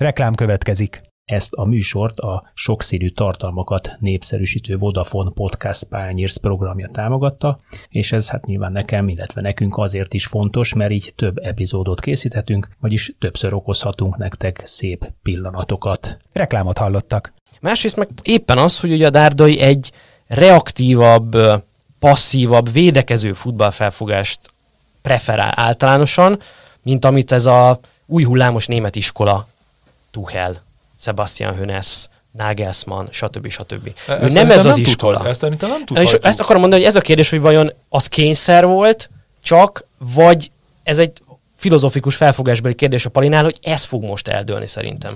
Reklám következik. Ezt a műsort a sokszínű tartalmakat népszerűsítő Vodafone Podcast Pioneers programja támogatta, és ez hát nyilván nekem, illetve nekünk azért is fontos, mert így több epizódot készíthetünk, vagyis többször okozhatunk nektek szép pillanatokat. Reklámot hallottak. Másrészt meg éppen az, hogy ugye a Dárdai egy reaktívabb, passzívabb, védekező futballfelfogást preferál általánosan, mint amit ez a új hullámos német iskola, Tuchel, Sebastian Hoeneß, Nagelsmann, stb. Ő nem ez az iskola. Ezt szerintem nem tudhatjuk. És ezt akarom mondani, hogy ez a kérdés, hogy vajon az kényszer volt csak, vagy ez egy filozofikus felfogásbeli kérdés a Palinál, hogy ez fog most eldőlni szerintem.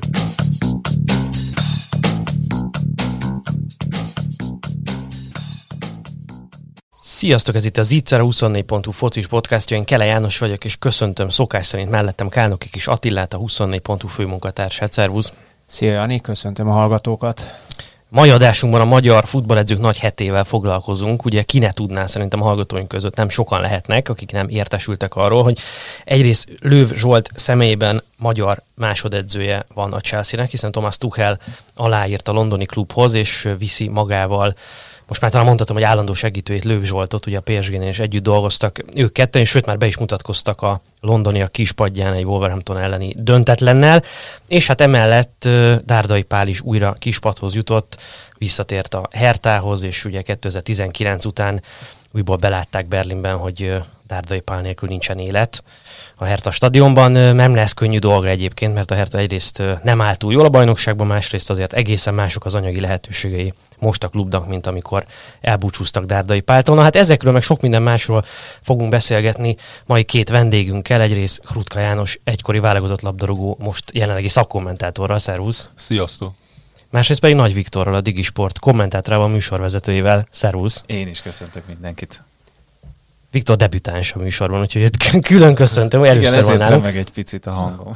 Sziasztok, ez itt az Ittszer, a 24.hu focis podcastja, én Kele János vagyok, és köszöntöm szokás szerint mellettem Kálnoki Kis Attilát, a 24.hu főmunkatársát. Szervusz! Szia Jani, köszöntöm a hallgatókat! Mai adásunkban a magyar futballedzők nagy hetével foglalkozunk. Ugye ki ne tudná, szerintem a hallgatóink között nem sokan lehetnek, akik nem értesültek arról, hogy egyrészt Löw Zsolt személyében magyar másodedzője van a Chelsea-nek, hiszen Thomas Tuchel aláírt a londoni klubhoz, és viszi magával, most már talán mondhatom, hogy állandó segítőjét, Löw Zsoltot, ugye a PSG-nél is együtt dolgoztak ők ketten, és sőt már be is mutatkoztak a londoniak kispadján egy Wolverhampton elleni döntetlennel, és hát emellett Dárdai Pál is újra kispadhoz jutott, visszatért a Hertához, és ugye 2019 után újból belátták Berlinben, hogy Dárdai Pál nélkül nincsen élet a Hertha stadionban. Nem lesz könnyű dolga egyébként, mert a Hertha egyrészt nem áll túl jól a bajnokságban, másrészt azért egészen mások az anyagi lehetőségei most a klubnak, mint amikor elbúcsúztak Dárdai Páltól. Na hát ezekről meg sok minden másról fogunk beszélgetni mai két vendégünkkel. Egyrészt Krutka János, egykori válogatott labdarúgó, most jelenlegi szakkommentátorral. Szervusz! Sziasztok! Másrészt pedig Nagy Viktorral, a Digisport kommentátorával, műsorvezetőjével. Szervusz! Én is köszöntök mindenkit! Viktor debütáns a műsorban, úgyhogy külön köszöntöm, hogy először van nálunk. Meg egy picit a hangom.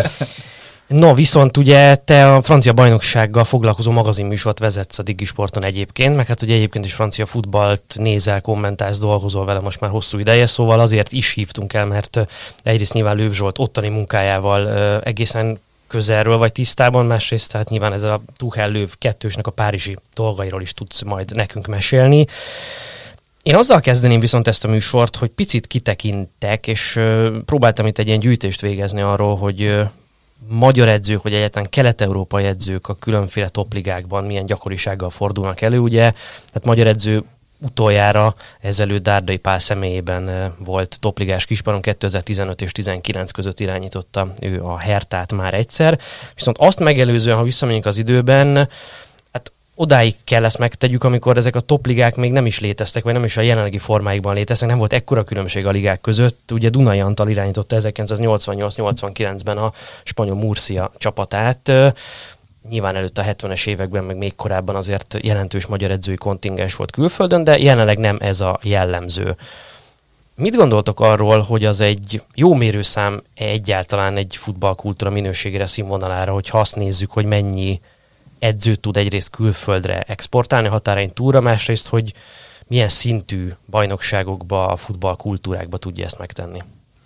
No, viszont ugye te a francia bajnoksággal foglalkozó magazinműsort vezetsz a Digisporton egyébként, meg hát ugye egyébként is francia futballt nézel, kommentálsz, dolgozol vele most már hosszú ideje, szóval azért is hívtunk el, mert egyrészt nyilván Löw Zsolt ottani munkájával egészen közelről vagy tisztában, másrészt tehát nyilván ezzel a Tuchel-Löw kettősnek a párizsi dolgairól is tudsz majd nekünk mesélni. Én azzal kezdeném viszont ezt a műsort, hogy picit kitekintek, és próbáltam itt egy ilyen gyűjtést végezni arról, hogy magyar edzők, vagy egyáltalán kelet-európai edzők a különféle topligákban milyen gyakorisággal fordulnak elő. Ugye, tehát magyar edző utoljára ezelőtt Dárdai Pál személyében volt topligás kispadon, 2015 és 19 között irányította ő a Hertát már egyszer. Viszont azt megelőzően, ha visszamegyünk az időben, odáig kell ezt megtegyük, amikor ezek a topligák még nem is léteztek, vagy nem is a jelenlegi formáikban léteztek, nem volt ekkora különbség a ligák között. Ugye Dunai Antal irányította 1988-89-ben a spanyol Murcia csapatát. Nyilván előtt a 70-es években, meg még korábban azért jelentős magyar edzői kontingens volt külföldön, de jelenleg nem ez a jellemző. Mit gondoltok arról, hogy az egy jó mérőszám egyáltalán egy futballkultúra minőségére, színvonalára, hogyha azt nézzük, hogy mennyi edzőt tud egyrészt külföldre exportálni határain túlra, másrészt, hogy milyen szintű bajnokságokba, a futballkultúrákba tudja ezt megtenni?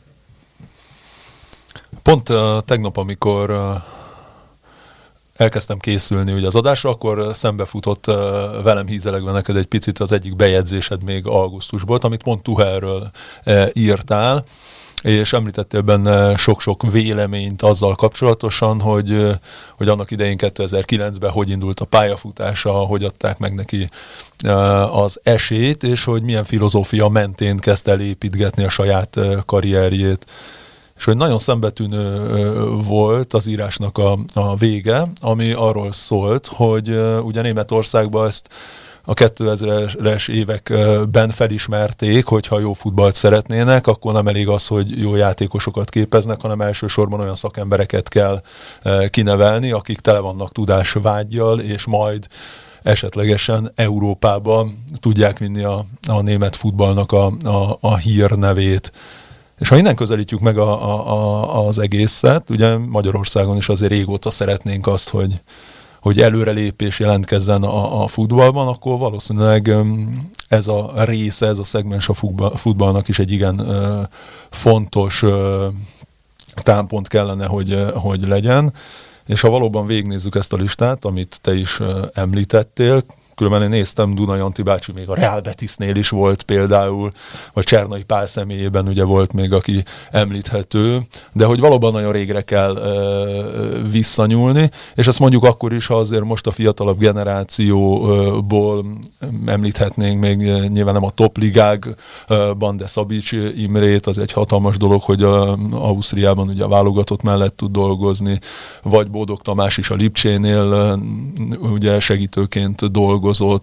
Pont tegnap, amikor elkezdtem készülni ugye az adásra, akkor szembefutott velem hízelegve neked egy picit az egyik bejegyzésed még augusztusból, amit pont Tuchelről írtál, és említettél benne sok-sok véleményt azzal kapcsolatosan, hogy annak idején 2009-ben hogy indult a pályafutása, hogy adták meg neki az esélyt, és hogy milyen filozófia mentén kezdte el építgetni a saját karrierjét. És hogy nagyon szembetűnő volt az írásnak a vége, ami arról szólt, hogy ugye Németországban ezt a 2000-es években felismerték, hogy ha jó futballt szeretnének, akkor nem elég az, hogy jó játékosokat képeznek, hanem elsősorban olyan szakembereket kell kinevelni, akik tele vannak tudásvággyal, és majd esetlegesen Európában tudják vinni a német futballnak a hírnevét. És ha innen közelítjük meg az egészet, ugye Magyarországon is azért régóta szeretnénk azt, hogy előrelépés jelentkezzen a futballban, akkor valószínűleg ez a része, ez a szegmens a futballnak is egy igen fontos támpont kellene, hogy legyen. és ha valóban végignézzük ezt a listát, amit te is említettél, különben én néztem, Duna Janti bácsi még a Real Betisnél is volt például, vagy Csernai Pál személyében ugye volt még, aki említhető, de hogy valóban nagyon régre kell visszanyúlni, és ezt mondjuk akkor is, ha azért most a fiatalabb generációból említhetnénk még nyilván nem a top ligákban, de Szabics Imrét, az egy hatalmas dolog, hogy Ausztriában ugye a válogatott mellett tud dolgozni, vagy Bódog Tamás is a Lipcsénél ugye segítőként dolgozott,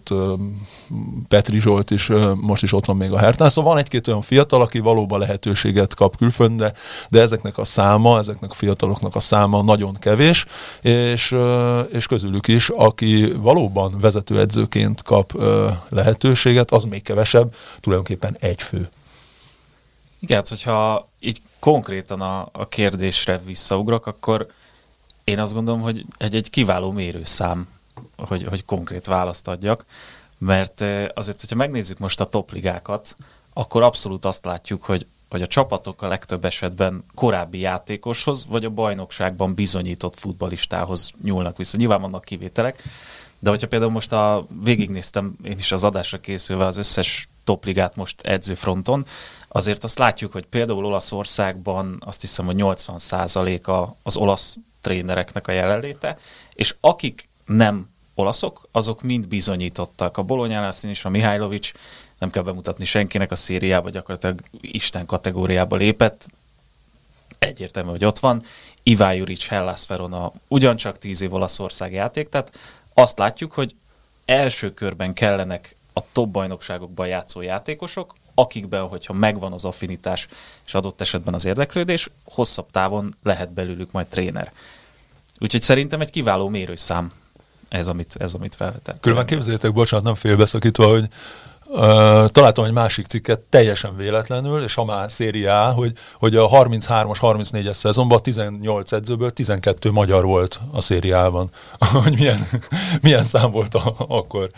Petri Zsolt is most is ott van még a Hertán, szóval van egy-két olyan fiatal, aki valóban lehetőséget kap külföldön, de ezeknek a fiataloknak a száma nagyon kevés, és közülük is, aki valóban vezetőedzőként kap lehetőséget, az még kevesebb, tulajdonképpen egy fő. Igen, hogyha így konkrétan a kérdésre visszaugrok, akkor én azt gondolom, hogy egy kiváló mérőszám, hogy konkrét választ adjak, mert azért, hogyha megnézzük most a topligákat, akkor abszolút azt látjuk, hogy a csapatok a legtöbb esetben korábbi játékoshoz, vagy a bajnokságban bizonyított futballistához nyúlnak vissza. Nyilván vannak kivételek, de hogyha például most végignéztem én is az adásra készülve az összes topligát most edzőfronton, azért azt látjuk, hogy például Olaszországban azt hiszem, hogy 80% az olasz trénereknek a jelenléte, és akik nem olaszok, azok mind bizonyítottak. A Bolognánál is a Mihajlovics, nem kell bemutatni senkinek, a szériába gyakorlatilag Isten kategóriába lépett. Egyértelmű, hogy ott van. Iván Juric, Hellas Verona, ugyancsak 10 év Olaszország játék, tehát azt látjuk, hogy első körben kellenek a top bajnokságokban játszó játékosok, akikben, hogyha megvan az affinitás és adott esetben az érdeklődés, hosszabb távon lehet belőlük majd tréner. Úgyhogy szerintem egy kiváló mérőszám ez, amit felvetett. Különben képzeljétek, bocsánat, nem félbeszakítva, hogy találtam egy másik cikket teljesen véletlenül, és ha már széria A, hogy a 33-as, 34-es szezonban a 18 edzőből 12 magyar volt a szériában. Hogy milyen szám volt akkor?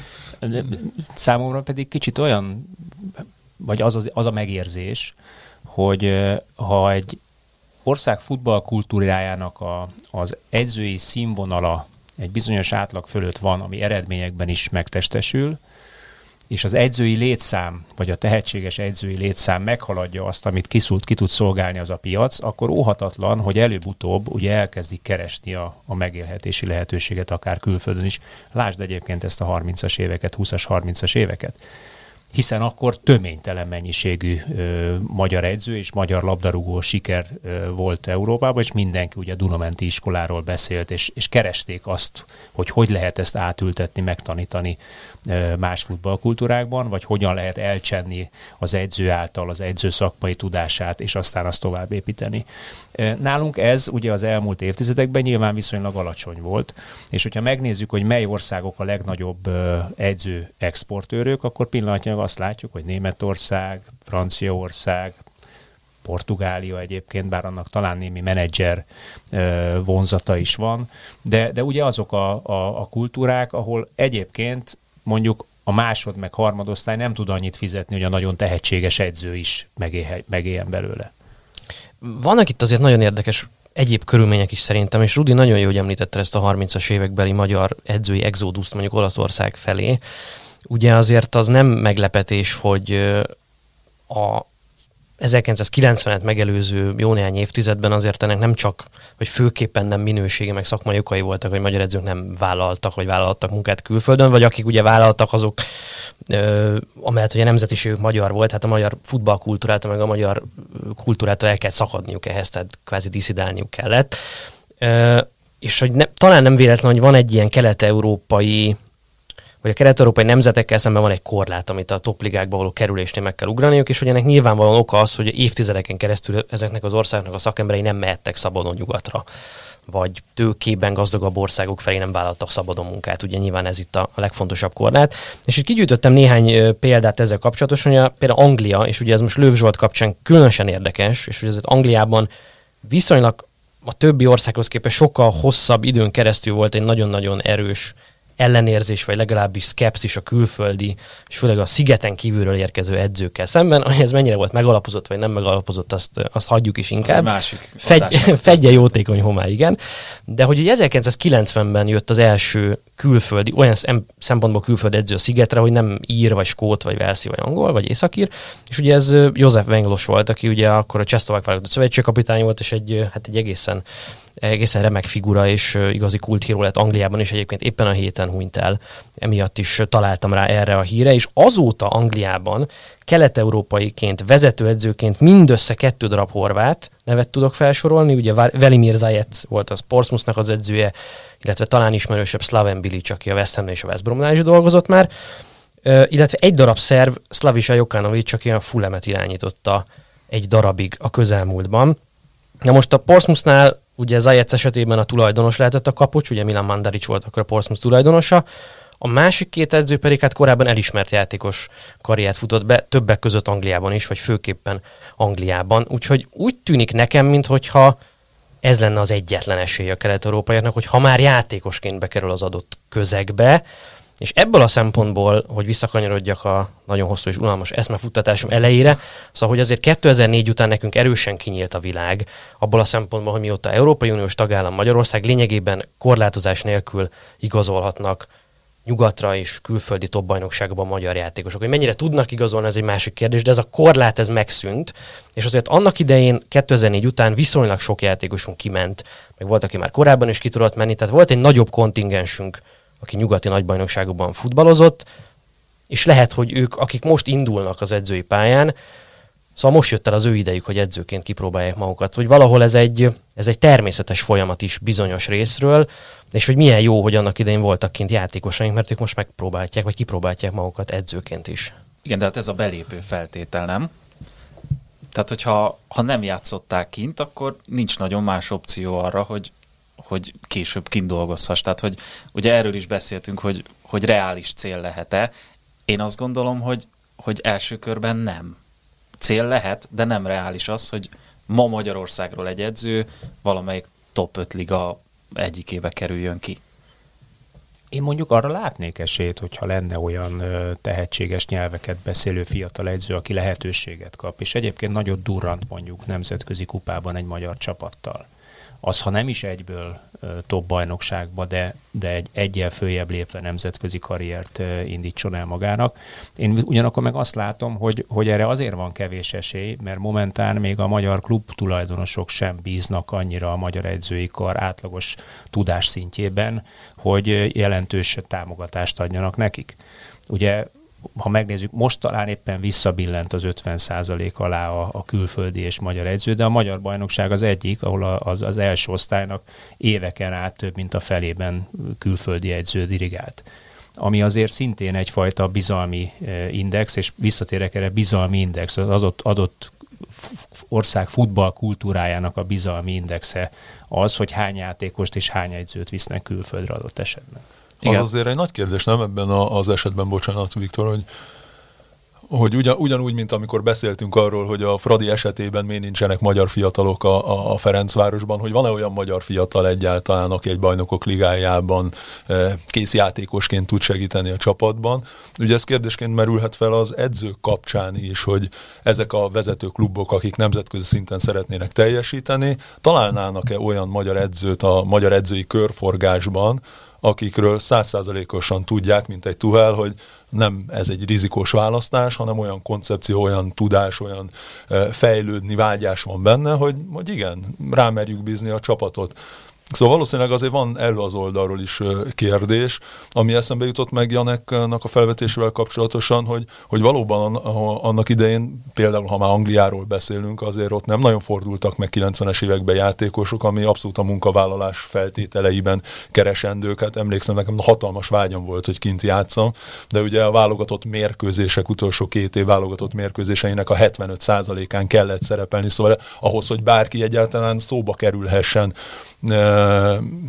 Számomra pedig kicsit olyan, vagy az a megérzés, hogy ha egy ország futballkultúrájának az edzői színvonala egy bizonyos átlag fölött van, ami eredményekben is megtestesül, és az edzői létszám, vagy a tehetséges edzői létszám meghaladja azt, amit ki tud szolgálni az a piac, akkor óhatatlan, hogy előbb-utóbb ugye elkezdik keresni a megélhetési lehetőséget akár külföldön is. Lásd egyébként ezt a 30-as éveket, 20-as, 30-as éveket. Hiszen akkor töménytelen mennyiségű magyar edző és magyar labdarúgó siker volt Európában, és mindenki ugye a Dunamenti iskoláról beszélt, és keresték azt, hogy lehet ezt átültetni, megtanítani más futballkultúrákban, vagy hogyan lehet elcsenni az edző által az edző szakmai tudását, és aztán azt tovább építeni. Nálunk ez ugye az elmúlt évtizedekben nyilván viszonylag alacsony volt, és hogyha megnézzük, hogy mely országok a legnagyobb edző exportőrök, akkor pillanatnyilag azt látjuk, hogy Németország, Franciaország, Portugália egyébként, bár annak talán némi menedzser vonzata is van, de ugye azok a kultúrák, ahol egyébként mondjuk a másod meg harmadosztály nem tud annyit fizetni, hogy a nagyon tehetséges edző is megéljen belőle. Vannak itt azért nagyon érdekes egyéb körülmények is szerintem, és Rudi nagyon jó, hogy említette ezt a 30-as évekbeli magyar edzői exoduszt mondjuk Olaszország felé. Ugye azért az nem meglepetés, hogy a 1990-et megelőző jó néhány évtizedben azért ennek nem csak, hogy főképpen nem minősége, meg szakmai okai voltak, hogy magyar edzők nem vállaltak, vagy vállaltak munkát külföldön, vagy akik ugye vállaltak, azok, amellett, hogy a nemzetiségük magyar volt, hát a magyar futballkultúrától, meg a magyar kultúrától el kell szakadniuk ehhez, tehát kvázi diszidálniuk kellett. És hogy talán nem véletlen, hogy van egy ilyen kelet-európai, vagy a kelet-európai nemzetekkel szemben van egy korlát, amit a topligákba való kerülésnél meg kell ugraniuk, és hogy ennek nyilvánvalóan oka az, hogy évtizedeken keresztül ezeknek az országoknak a szakemberei nem mehettek szabadon nyugatra, vagy tőkében gazdagabb országok felé nem vállaltak szabadon munkát, ugye nyilván ez itt a legfontosabb korlát. És így kigyűjtöttem néhány példát ezzel kapcsolatosan, hogy például Anglia, és ugye ez most Löw Zsolt kapcsán különösen érdekes, és ugye ez Angliában viszonylag a többi országhoz képest sokkal hosszabb időn keresztül volt egy nagyon-nagyon erős ellenérzés, vagy legalábbis szkepszis a külföldi, és főleg a szigeten kívülről érkező edzőkkel szemben, hogy ez mennyire volt megalapozott, vagy nem megalapozott, azt hagyjuk is inkább. Fedje jótékony homály, igen. De hogy ugye 1990-ben jött az első külföldi, olyan szempontból külföldi edző a szigetre, hogy nem ír, vagy skót, vagy velszi, vagy angol, vagy északír, és ugye ez József Venglos volt, aki ugye akkor a Csehszlovák válogatott szövetségkapitány volt, és egy egészen remek figura, és igazi kulthíró lett Angliában, és egyébként éppen a héten hunyt el. Emiatt is találtam rá erre a híre, és azóta Angliában kelet-európaiként, vezetőedzőként mindössze 2 darab horvát nevet tudok felsorolni, ugye Velimir Zajec volt a Portsmouthnak az edzője, illetve talán ismerősebb Slaven Bilic, aki a West Hamnél és a West Bromnál is dolgozott már, illetve egy darab szerv, Slaviša Jokanovic, aki a Fulhamet irányította egy darabig a közelmúltban. Na most a Portsmouthnál ugye Zajec esetében a tulajdonos lehetett a kapucs, ugye Milan Mandaric volt akkor a Portsmouth tulajdonosa, a másik 2 edző pedig hát korábban elismert játékos karriert futott be, többek között Angliában is, vagy főképpen Angliában. Úgyhogy úgy tűnik nekem, minthogyha ez lenne az egyetlen esély a kelet-európaiaknak, hogy ha már játékosként bekerül az adott közegbe, és ebből a szempontból, hogy visszakanyarodjak a nagyon hosszú és unalmas eszmefuttatásom elejére, szóval, hogy azért 2004 után nekünk erősen kinyílt a világ, abból a szempontból, hogy mióta Európai Uniós tagállam Magyarország lényegében korlátozás nélkül igazolhatnak nyugatra és külföldi top-bajnokságban magyar játékosok. Hogy mennyire tudnak igazolni, ez egy másik kérdés, de ez a korlát ez megszűnt, és azért annak idején 2004 után viszonylag sok játékosunk kiment, meg volt, aki már korábban is ki tudott menni, tehát volt egy nagyobb kontingensünk, aki nyugati nagybajnokságokban futballozott, és lehet, hogy ők, akik most indulnak az edzői pályán, szóval most jött el az ő idejük, hogy edzőként kipróbálják magukat, hogy valahol ez egy természetes folyamat is bizonyos részről, és hogy milyen jó, hogy annak idején voltak kint játékosaink, mert ők most megpróbálják, vagy kipróbálják magukat edzőként is. Igen, de hát ez a belépő feltétel, nem? Tehát, hogyha nem játszották kint, akkor nincs nagyon más opció arra, hogy később kint dolgozhass. Tehát, hogy ugye erről is beszéltünk, hogy reális cél lehet-e. Én azt gondolom, hogy első körben nem. Cél lehet, de nem reális az, hogy ma Magyarországról egy edző valamelyik top 5 liga egyikébe kerüljön ki. Én mondjuk arra látnék esélyt, hogyha lenne olyan tehetséges nyelveket beszélő fiatal edző, aki lehetőséget kap, és egyébként nagyot durrant mondjuk nemzetközi kupában egy magyar csapattal. Az, ha nem is egyből top bajnokságba, de egyel följebb lépve nemzetközi karriert indítson el magának. Én ugyanakkor meg azt látom, hogy erre azért van kevés esély, mert momentán még a magyar klub tulajdonosok sem bíznak annyira a magyar edzői kar átlagos tudás szintjében, hogy jelentős támogatást adjanak nekik. Ugye, ha megnézzük, most talán éppen visszabillent az 50% alá a külföldi és magyar edző, de a magyar bajnokság az egyik, ahol az első osztálynak éveken át több mint a felében külföldi edző dirigált. Ami azért szintén egyfajta bizalmi index, és visszatérek erre, bizalmi index, az adott ország futball kultúrájának a bizalmi indexe az, hogy hány játékost és hány edzőt visznek külföldre adott esetben. Igen. Az azért egy nagy kérdés, nem ebben az esetben, bocsánat, Viktor, hogy ugyanúgy, mint amikor beszéltünk arról, hogy a Fradi esetében miért nincsenek magyar fiatalok a Ferencvárosban, hogy van-e olyan magyar fiatal egyáltalán, aki egy bajnokok ligájában készjátékosként tud segíteni a csapatban. Ugye ez kérdésként merülhet fel az edzők kapcsán is, hogy ezek a vezető klubok, akik nemzetközi szinten szeretnének teljesíteni, találnának-e olyan magyar edzőt a magyar edzői körforgásban, akikről 100%-osan tudják, mint egy Tuchel, hogy nem ez egy rizikós választás, hanem olyan koncepció, olyan tudás, olyan fejlődni vágyás van benne, hogy igen, rámerjük bízni a csapatot. Szóval valószínűleg azért van elő az oldalról is kérdés, ami eszembe jutott meg Janeknak a felvetésével kapcsolatosan, hogy valóban annak idején, például ha már Angliáról beszélünk, azért ott nem nagyon fordultak meg 90-es években játékosok, ami abszolút a munkavállalás feltételeiben keresendők. Hát emlékszem, nekem hatalmas vágyam volt, hogy kint játszam, de ugye a válogatott mérkőzések, utolsó 2 év válogatott mérkőzéseinek a 75%-án kellett szerepelni, szóval ahhoz, hogy bárki egyáltalán szóba kerülhessen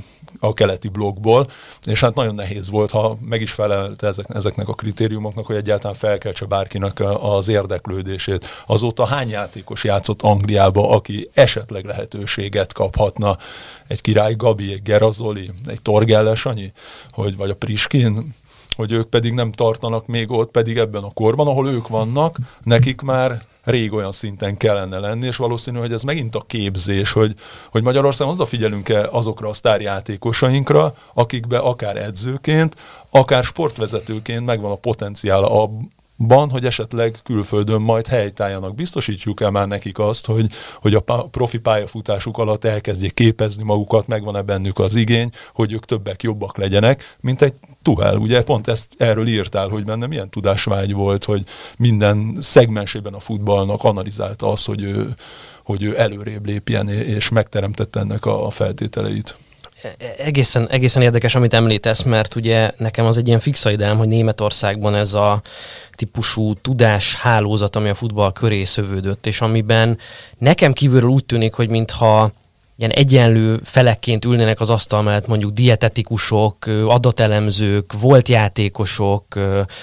a keleti blokkból, és hát nagyon nehéz volt, ha meg is felelte ezeknek a kritériumoknak, hogy egyáltalán felkeltse bárkinek az érdeklődését. Azóta hány játékos játszott Angliába, aki esetleg lehetőséget kaphatna? Egy Király Gabi, egy Gerazoli, egy Torgelle Sanyi, vagy a Priskin, hogy ők pedig nem tartanak még ott, pedig ebben a korban, ahol ők vannak, nekik már rég olyan szinten kellene lenni, és valószínű, hogy ez megint a képzés, hogy Magyarországon odafigyelünk-e azokra a sztárjátékosainkra, akikbe akár edzőként, akár sportvezetőként megvan a potenciál abban, hogy esetleg külföldön majd helytálljanak. Biztosítjuk-e már nekik azt, hogy a profi pályafutásuk alatt elkezdjék képezni magukat, megvan-e bennük az igény, hogy ők többek, jobbak legyenek, mint egy Tuchel. Ugye pont erről írtál, hogy benne milyen tudásvágy volt, hogy minden szegmensében a futballnak analizálta azt, hogy ő előrébb lépjen, és megteremtette ennek a feltételeit. Egészen érdekes, amit említesz, mert ugye nekem az egy ilyen fixa ideám, hogy Németországban ez a típusú tudáshálózat, ami a futball köré szövődött, és amiben nekem kívülről úgy tűnik, hogy mintha ilyen egyenlő felekként ülnének az asztal mellett mondjuk dietetikusok, adatelemzők, volt játékosok,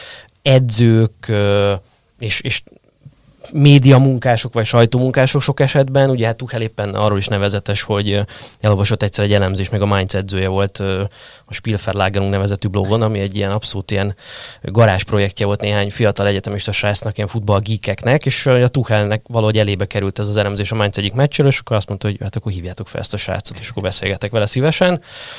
edzők, és médiamunkások vagy sajtómunkások sok esetben. Ugye hát Tuchel éppen arról is nevezetes, hogy elolvasott egyszer egy elemzés, meg a Mainz edzője volt a Spielverlagerung nevezetű blogon, ami egy ilyen abszolút ilyen garázsprojektje volt néhány fiatal egyetemista srácnak, ilyen futballgeekeknek, és a Tuchelnek valahogy elébe került ez az elemzés a Mainz egyik meccsről, és akkor azt mondta, hogy hát akkor hívjátok fel ezt a srácot, és akkor beszélgetek vele szívesen.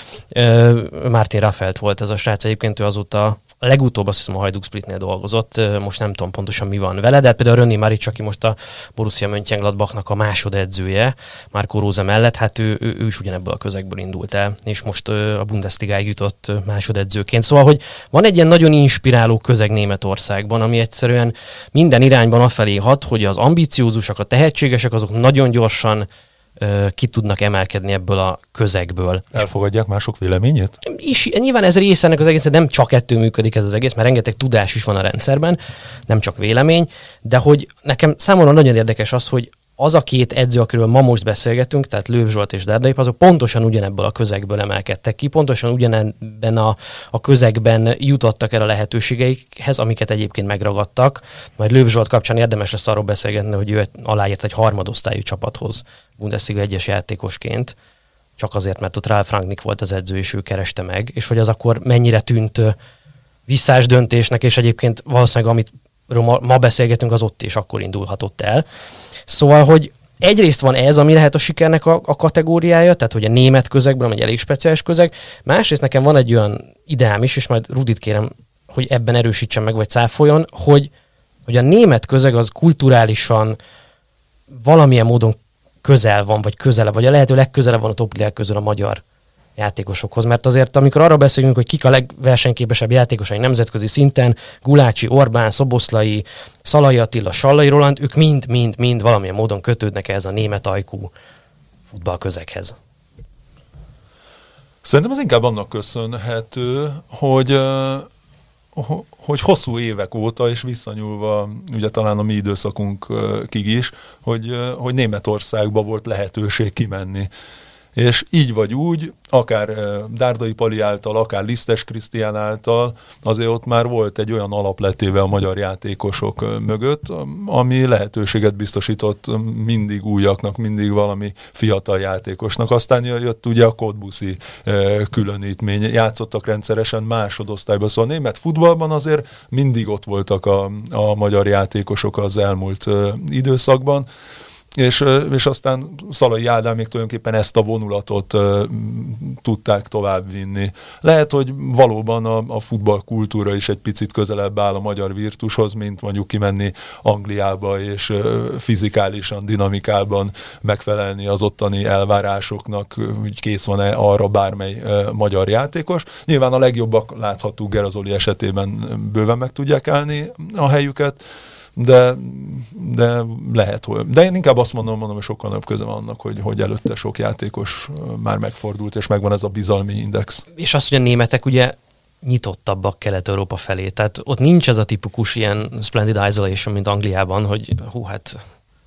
Martin Raffelt volt ez a srác, egyébként ő azóta legutóbb azt hiszem a Hajduk Splitnél dolgozott, most nem tudom pontosan mi van vele, de hát például René Maric, aki most a Borussia Mönchengladbachnak a másodedzője, Marco Rose mellett, hát ő is ugyanebből a közegből indult el, és most a Bundesligáig jutott másodedzőként. Szóval, hogy van egy ilyen nagyon inspiráló közeg Németországban, ami egyszerűen minden irányban afelé hat, hogy az ambiciózusak, a tehetségesek, azok nagyon gyorsan ki tudnak emelkedni ebből a közegből. Elfogadják mások véleményét? És nyilván ez része ennek az egész, nem csak ettől működik ez az egész, mert rengeteg tudás is van a rendszerben, nem csak vélemény, de hogy nekem számomra nagyon érdekes az, hogy az a két edző, akiről ma most beszélgetünk, tehát Löw Zsolt és Dárdai, azok pontosan ugyanebből a közegből emelkedtek ki, pontosan ugyanebben a közegben jutottak el a lehetőségeikhez, amiket egyébként megragadtak. Majd Löw Zsolt kapcsán érdemes lesz arról beszélgetni, hogy ő aláírt egy harmadosztályú csapathoz Bundesliga egyes játékosként, csak azért, mert ott Ralf Rangnick volt az edző, és ő kereste meg, és hogy az akkor mennyire tűnt visszás döntésnek, és egyébként valószínűleg amiről ma beszélgetünk, az ott és akkor indulhatott el. Szóval, hogy egyrészt van ez, ami lehet a sikernek a kategóriája, tehát hogy a német közegben, egy elég speciális közeg, másrészt nekem van egy olyan ideám is, és majd Rudit kérem, hogy ebben erősítsen meg, vagy cáfoljon, hogy a német közeg az kulturálisan valamilyen módon közel van, vagy a lehető legközelebb van a topligák közül a magyar játékosokhoz, mert azért amikor arra beszélünk, hogy kik a legversenyképesebb játékosai nemzetközi szinten, Gulácsi, Orbán, Szoboszlai, Szalai Attila, Sallai Roland, ők mind valamilyen módon kötődnek ehhez a német ajkú futballközeghez. Szerintem ez inkább annak köszönhető, hogy hosszú évek óta, és visszanyúlva ugye talán a mi időszakunkig is, hogy Németországba volt lehetőség kimenni. És így vagy úgy, akár Dárdai Pali által, akár Lisztes Krisztián által, azért ott már volt egy olyan alapletéve a magyar játékosok mögött, ami lehetőséget biztosított mindig újaknak, mindig valami fiatal játékosnak. Aztán jött ugye a Cottbuszi különítmény, játszottak rendszeresen másodosztályban, szóval a német futballban azért mindig ott voltak a magyar játékosok az elmúlt időszakban, és aztán Szalai Ádámék tulajdonképpen ezt a vonulatot tudták továbbvinni. Lehet, hogy valóban a futballkultúra is egy picit közelebb áll a magyar virtushoz, mint mondjuk kimenni Angliába és fizikálisan, dinamikában megfelelni az ottani elvárásoknak, hogy kész van-e arra bármely magyar játékos. Nyilván a legjobbak látható Gerazoli esetében bőven meg tudják állni a helyüket, de lehet, de én inkább azt mondom, hogy sokkal nagyobb köze van annak, hogy előtte sok játékos már megfordult, és megvan ez a bizalmi index. És azt, hogy a németek ugye nyitottabbak Kelet-Európa felé, tehát ott nincs ez a tipikus ilyen splendid isolation, mint Angliában, hogy hát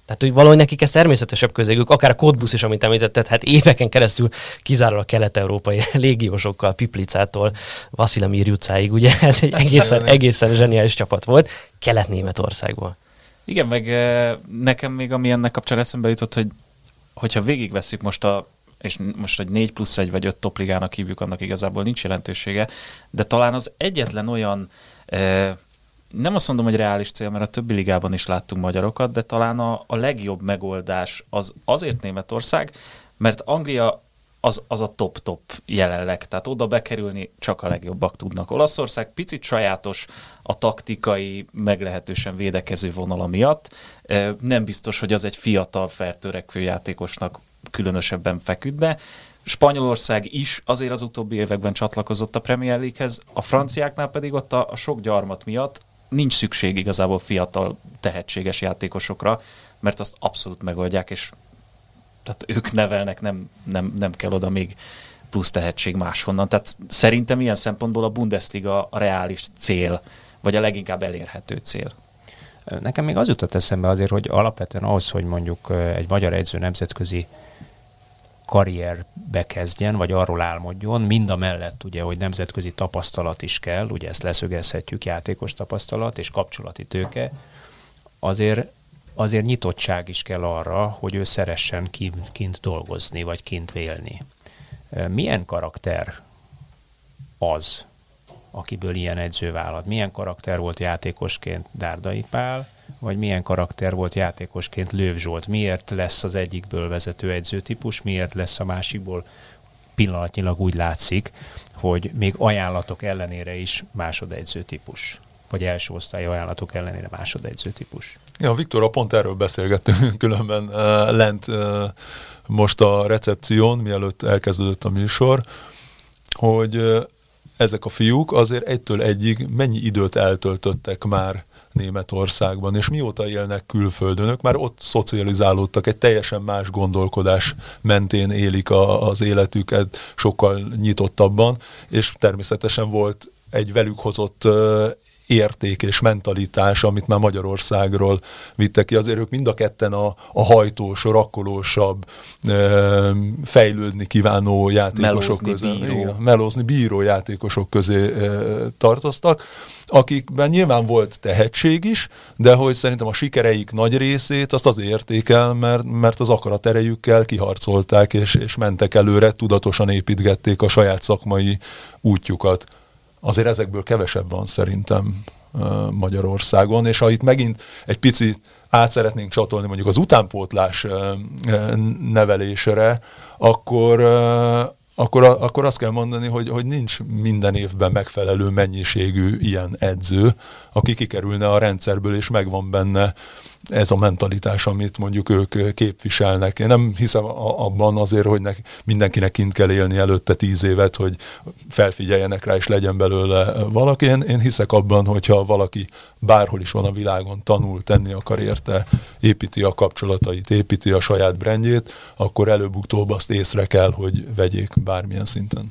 Tehát, hogy valahogy nekik ez természetesebb közegük, akár a Cottbus is, amit említetted, hát éveken keresztül kizárólag kelet-európai légiósokkal, Piplicától Vasilij Mirjucáig, ugye ez egy egészen zseniális csapat volt, Kelet-Németországból. Igen, meg nekem még ami ennek kapcsán eszembe jutott, hogyha végigvesszük és most egy 4+1 vagy 5 topligának hívjuk, annak igazából nincs jelentősége, de talán az egyetlen olyan, nem azt mondom, hogy reális cél, mert a többi ligában is láttunk magyarokat, de talán a legjobb megoldás azért Németország, mert Anglia az a top-top jelenleg, tehát oda bekerülni csak a legjobbak tudnak. Olaszország picit sajátos a taktikai, meglehetősen védekező vonala miatt. Nem biztos, hogy az egy fiatal, feltörekvő játékosnak különösebben feküdne. Spanyolország is azért az utóbbi években csatlakozott a Premier League-hez, a franciáknál pedig ott a sok gyarmat miatt nincs szükség igazából fiatal, tehetséges játékosokra, mert azt abszolút megoldják, és tehát ők nevelnek, nem kell oda még plusz tehetség máshonnan. Tehát szerintem ilyen szempontból a Bundesliga a reális cél, vagy a leginkább elérhető cél. Nekem még az jutott eszembe azért, hogy alapvetően ahhoz, hogy mondjuk egy magyar edző nemzetközi karrierbe kezdjen, vagy arról álmodjon, mind a mellett ugye, hogy nemzetközi tapasztalat is kell, ugye ezt leszögezhetjük, játékos tapasztalat és kapcsolati tőke, azért nyitottság is kell arra, hogy ő szeressen kint dolgozni, vagy kint élni. Milyen karakter az, akiből ilyen edző vállalt? Milyen karakter volt játékosként Dárdai Pál, vagy milyen karakter volt játékosként Löw Zsolt? Miért lesz az egyikből vezető edzőtípus, miért lesz a másikból pillanatnyilag úgy látszik, hogy még ajánlatok ellenére is másodedzőtípus, vagy első osztályi ajánlatok ellenére másodedzőtípus? Ja, Viktorral pont erről beszélgettünk különben lent most a recepción, mielőtt elkezdődött a műsor, hogy ezek a fiúk azért egytől egyig mennyi időt eltöltöttek már Németországban, és mióta élnek külföldön, ők már ott szocializálódtak, egy teljesen más gondolkodás mentén élik az életüket sokkal nyitottabban, és természetesen volt egy velük hozott érték és mentalitás, amit már Magyarországról vittek ki. Azért ők mind a ketten a hajtós, rakkolósabb, fejlődni kívánó játékosok melózni bíró játékosok közé tartoztak, akikben nyilván volt tehetség is, de hogy szerintem a sikereik nagy részét azt azért érték el, mert az akaraterejükkel kiharcolták, és mentek előre, tudatosan építgették a saját szakmai útjukat. Azért ezekből kevesebb van szerintem Magyarországon, és ha itt megint egy picit át szeretnénk csatolni mondjuk az utánpótlás nevelésre, akkor azt kell mondani, hogy nincs minden évben megfelelő mennyiségű ilyen edző, aki kikerülne a rendszerből, és megvan benne ez a mentalitás, amit mondjuk ők képviselnek. Én nem hiszem abban azért, hogy mindenkinek kint kell élni előtte 10 évet, hogy felfigyeljenek rá, és legyen belőle valaki. Én hiszek abban, hogyha valaki bárhol is van a világon, tanul, tenni akar érte, építi a kapcsolatait, építi a saját brandjét, akkor előbb-utóbb azt észre kell, hogy vegyék bármilyen szinten.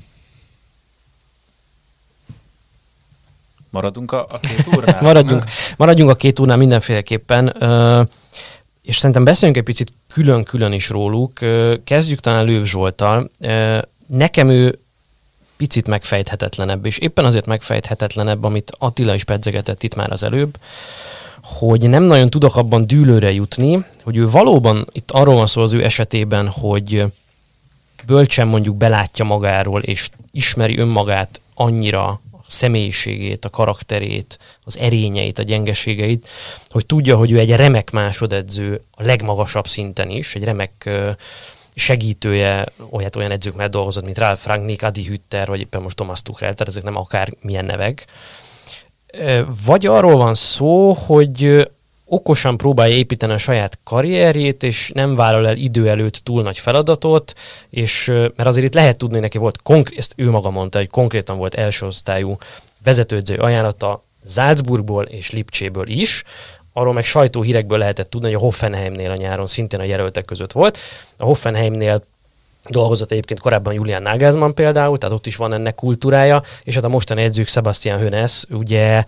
Maradjunk a két úrnál? Maradjunk a két úrnál mindenféleképpen, és szerintem beszéljünk egy picit külön-külön is róluk. Kezdjük talán Löw Zsolttal. Nekem ő picit megfejthetetlenebb, és éppen azért megfejthetetlenebb, amit Attila is pedzegetett itt már az előbb, hogy nem nagyon tudok abban dűlőre jutni, hogy ő valóban, itt arról van szó az ő esetében, hogy bölcsen mondjuk belátja magáról, és ismeri önmagát annyira, személyiségét, a karakterét, az erényeit, a gyengeségeit, hogy tudja, hogy ő egy remek másodedző a legmagasabb szinten is, egy remek segítője, olyan edzők mellett dolgozott, mint Ralf Rangnick, Adi Hütter, vagy éppen most Thomas Tuchel, tehát ezek nem akármilyen nevek. Vagy arról van szó, hogy okosan próbálja építeni a saját karrierjét, és nem vállal el idő előtt túl nagy feladatot, és mert azért itt lehet tudni, hogy neki volt, ezt ő maga mondta, hogy konkrétan volt első osztályú vezetőedző ajánlata Salzburgból és Lipcséből is, arról meg sajtóhírekből lehetett tudni, hogy a Hoffenheimnél a nyáron szintén a jelöltek között volt. A Hoffenheimnél dolgozott egyébként korábban Julian Nagelsmann például, tehát ott is van ennek kultúrája, és hát a mostani edzők Sebastian Hoeneß, ugye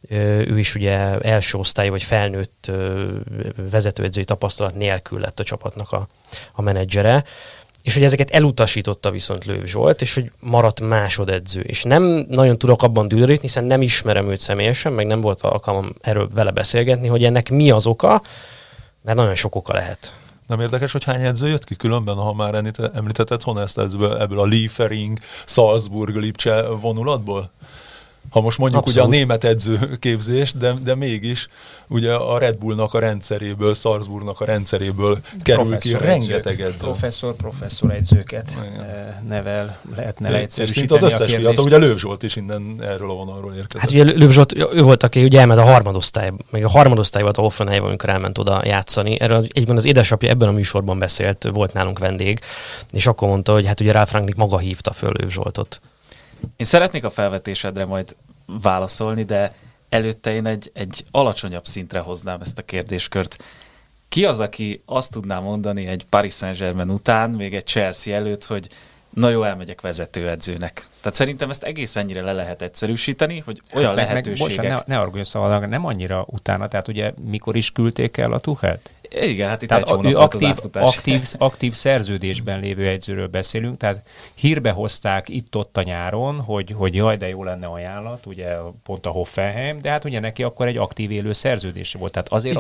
ő is ugye első osztály vagy felnőtt vezetőedzői tapasztalat nélkül lett a csapatnak a menedzsere, és hogy ezeket elutasította viszont Löw Zsolt, és hogy maradt másodedző. És nem nagyon tudok abban dűlörítni, hiszen nem ismerem őt személyesen, meg nem volt alkalmam erről vele beszélgetni, hogy ennek mi az oka, mert nagyon sok oka lehet. Nem érdekes, hogy hány edző jött ki különben, ha már említetted Honest ebből a Liefering, Salzburg, Lipcse vonulatból? Ha most mondjuk abszolút. Ugye a német edzőképzés, de mégis ugye a Red Bullnak a rendszeréből, Salzburgnak a rendszeréből kerül ki rengeteg edző. Professzor edzőket nevel, lehetne leegyszerűsíteni az összes fiatal, ugye Löw Zsolt is innen erről a vonalról érkezett. Hát ugye Löw Zsolt, ő volt, aki ugye elment a harmadosztályba, még a harmadosztály volt a Hoffenheimben, amikor elment oda játszani. Erről egyben az édesapja ebben a műsorban beszélt, volt nálunk vendég, és akkor mondta, hogy hát ugye Ralf Rangnick maga hívta föl Löw Zsoltot. Én szeretnék a felvetésedre majd válaszolni, de előtte én egy alacsonyabb szintre hoznám ezt a kérdéskört. Ki az, aki azt tudná mondani egy Paris Saint-Germain után, még egy Chelsea előtt, hogy na jó, elmegyek vezetőedzőnek. Tehát szerintem ezt egész ennyire le lehet egyszerűsíteni, hogy olyan lehetőségek... Ne argolj szóval, nem annyira utána, tehát ugye mikor is küldték el a Tuchelt? Igen, hát itt tehát egy hónap volt az átfutás. Aktív szerződésben lévő edzőről beszélünk, tehát hírbe hozták itt-ott a nyáron, hogy jaj, de jó lenne ajánlat, ugye pont a Hoffenheim, de hát ugye neki akkor egy aktív élő szerződése volt. Tehát azért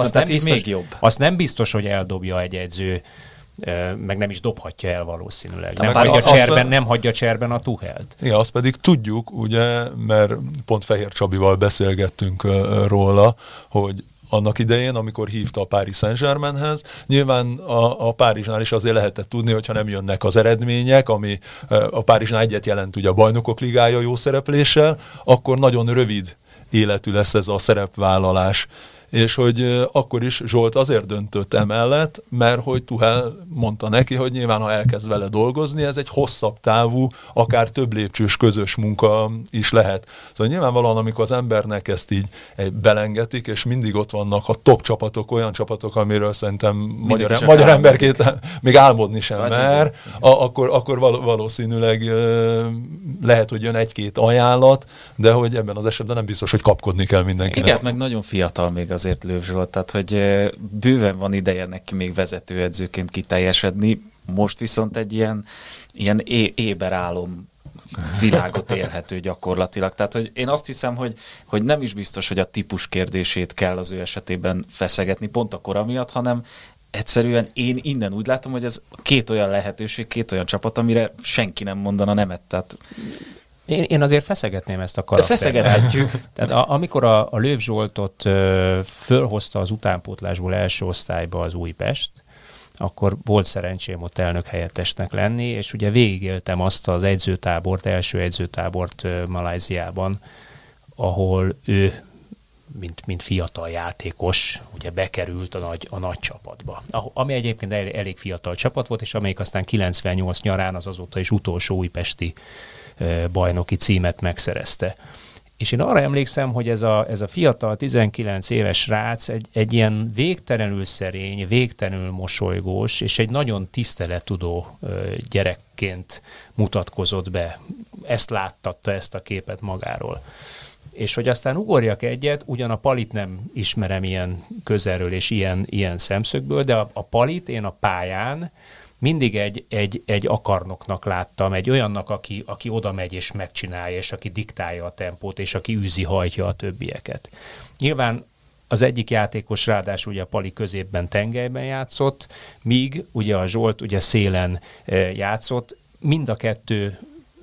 azt nem biztos, hogy eldobja egy edző, meg nem is dobhatja el valószínűleg. Nem hagyja cserben a Tuchelt. Igen, azt pedig tudjuk, ugye, mert pont Fehér Csabival beszélgettünk róla, hogy annak idején, amikor hívta a Paris Saint-Germainhez, nyilván a Párizsnál is azért lehetett tudni, hogyha nem jönnek az eredmények, ami a Párizsnál egyet jelent ugye a Bajnokok Ligája jó szerepléssel, akkor nagyon rövid életű lesz ez a szerepvállalás. És hogy akkor is Zsolt azért döntött emellett, mert hogy Tuchel mondta neki, hogy nyilván, ha elkezd vele dolgozni, ez egy hosszabb távú, akár több lépcsős közös munka is lehet. Szóval nyilvánvalóan, amikor az embernek ezt így belengetik, és mindig ott vannak a top csapatok, olyan csapatok, amiről szerintem magyar emberként még álmodni sem mer, akkor valószínűleg lehet, hogy jön egy-két ajánlat, de hogy ebben az esetben nem biztos, hogy kapkodni kell mindenkinek. Igen, meg nagyon fiatal még azért Löw Zsolt, tehát hogy bőven van ideje neki még vezetőedzőként kiteljesedni, most viszont egy ilyen éberálom világot élhető gyakorlatilag. Tehát, hogy én azt hiszem, hogy nem is biztos, hogy a típus kérdését kell az ő esetében feszegetni pont a kora miatt, hanem egyszerűen én innen úgy látom, hogy ez két olyan lehetőség, két olyan csapat, amire senki nem mondana nemet. Tehát én azért feszegetném ezt a karaktert. Feszegethetjük. Tehát amikor a Löw Zsoltot fölhozta az utánpótlásból első osztályba az Újpest, akkor volt szerencsém ott elnök helyettesnek lenni, és ugye végigéltem azt az első edzőtábort Malajziában, ahol ő, mint fiatal játékos, ugye bekerült a nagy csapatba. Ami egyébként elég fiatal csapat volt, és amelyik aztán 98 nyarán az azóta is utolsó újpesti bajnoki címet megszerezte. És én arra emlékszem, hogy ez a fiatal 19 éves srác egy ilyen végtelenül szerény, végtelenül mosolygós, és egy nagyon tisztelettudó gyerekként mutatkozott be. Ezt láttatta, ezt a képet magáról. És hogy aztán ugorjak egyet, ugyan a Palit nem ismerem ilyen közelről és ilyen szemszögből, de a Palit én a pályán mindig egy akarnoknak láttam, egy olyannak, aki oda megy és megcsinálja, és aki diktálja a tempót, és aki hajtja a többieket. Nyilván az egyik játékos ráadásul ugye a Pali középben tengelyben játszott, míg ugye a Zsolt ugye szélen játszott, mind a kettő,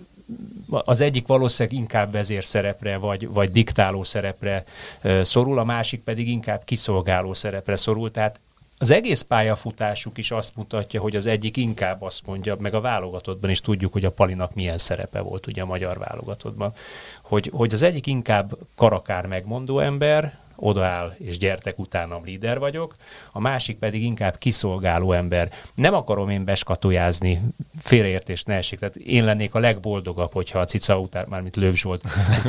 az egyik valószínűleg inkább vezérszerepre, vagy diktáló szerepre szorul, a másik pedig inkább kiszolgáló szerepre szorul, tehát az egész pályafutásuk is azt mutatja, hogy az egyik inkább azt mondja, meg a válogatottban is tudjuk, hogy a Palinak milyen szerepe volt ugye a magyar válogatottban, hogy az egyik inkább karakár megmondó ember, odaáll, és gyertek utánam, líder vagyok, a másik pedig inkább kiszolgáló ember. Nem akarom én beskatujázni, félreértés ne esik, tehát én lennék a legboldogabb, hogyha a cica után, mármint Löw Zsolt,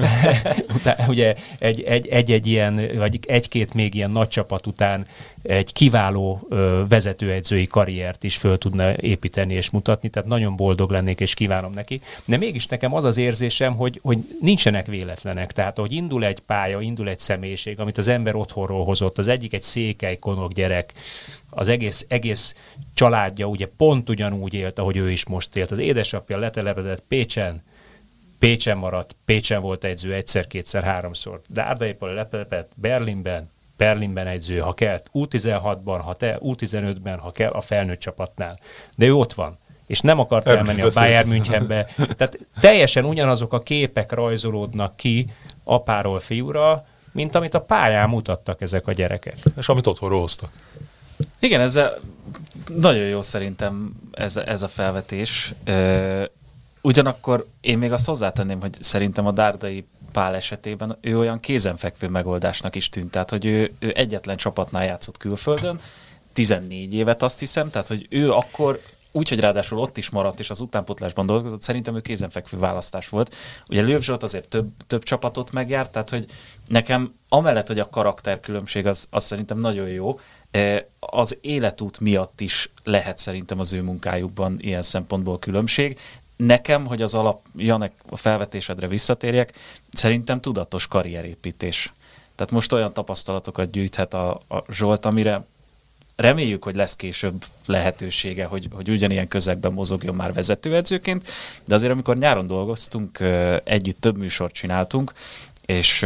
ugye egy ilyen, vagy egy-két még ilyen nagy csapat után egy kiváló vezetőedzői karriert is föl tudna építeni és mutatni, tehát nagyon boldog lennék, és kívánom neki. De mégis nekem az az érzésem, hogy nincsenek véletlenek. Tehát, hogy indul egy pálya, indul egy személyiség, amit az ember otthonról hozott, az egyik egy székely konok gyerek, az egész családja ugye pont ugyanúgy élt, ahogy ő is most élt. Az édesapja letelepedett Pécsen maradt, Pécsen volt edző egyszer, háromszor. Dárdaiból letelepedett Berlinben edző, ha kell, U16-ban, U15-ben, ha kell, a felnőtt csapatnál. De ő ott van, és nem akart elmenni a Bayern Münchenbe. Tehát teljesen ugyanazok a képek rajzolódnak ki apáról fiúra, mint amit a pályán mutattak ezek a gyerekek. És amit otthonról hoztak. Igen, ezzel nagyon jó szerintem ez a felvetés. Ugyanakkor én még azt hozzátenném, hogy szerintem a Dárdai Pál esetében ő olyan kézenfekvő megoldásnak is tűnt. Tehát, hogy ő egyetlen csapatnál játszott külföldön, 14 évet azt hiszem, tehát, hogy ő akkor úgy, hogy ráadásul ott is maradt, és az utánpótlásban dolgozott, szerintem ő kézenfekvő választás volt. Ugye Löw Zsolt azért több csapatot megjárt, tehát, hogy nekem amellett, hogy a karakterkülönbség az szerintem nagyon jó, az életút miatt is lehet szerintem az ő munkájukban ilyen szempontból különbség. Nekem, hogy az Janek, a felvetésedre visszatérjek, szerintem tudatos karrierépítés. Tehát most olyan tapasztalatokat gyűjthet a Zsolt, amire reméljük, hogy lesz később lehetősége, hogy ugyanilyen közegben mozogjon már vezetőedzőként, de azért amikor nyáron dolgoztunk, együtt több műsort csináltunk, és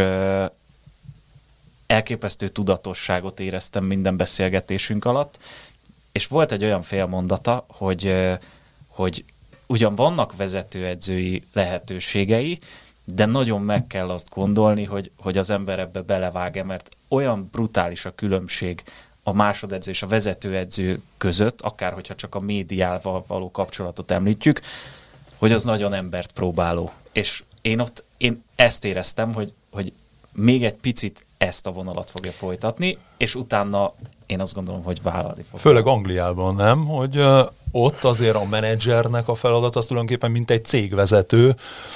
elképesztő tudatosságot éreztem minden beszélgetésünk alatt, és volt egy olyan félmondata, hogy ugyan vannak vezetőedzői lehetőségei, de nagyon meg kell azt gondolni, hogy az ember ebbe belevág-e, mert olyan brutális a különbség a másodedző és a vezetőedző között, akár hogyha csak a médiával való kapcsolatot említjük, hogy az nagyon embert próbáló. És én ezt éreztem, hogy még egy picit ezt a vonalat fogja folytatni, és utána én azt gondolom, hogy vállalni fog. Főleg Angliában, nem? Hogy ott azért a menedzsernek a feladat az tulajdonképpen mint egy cégvezető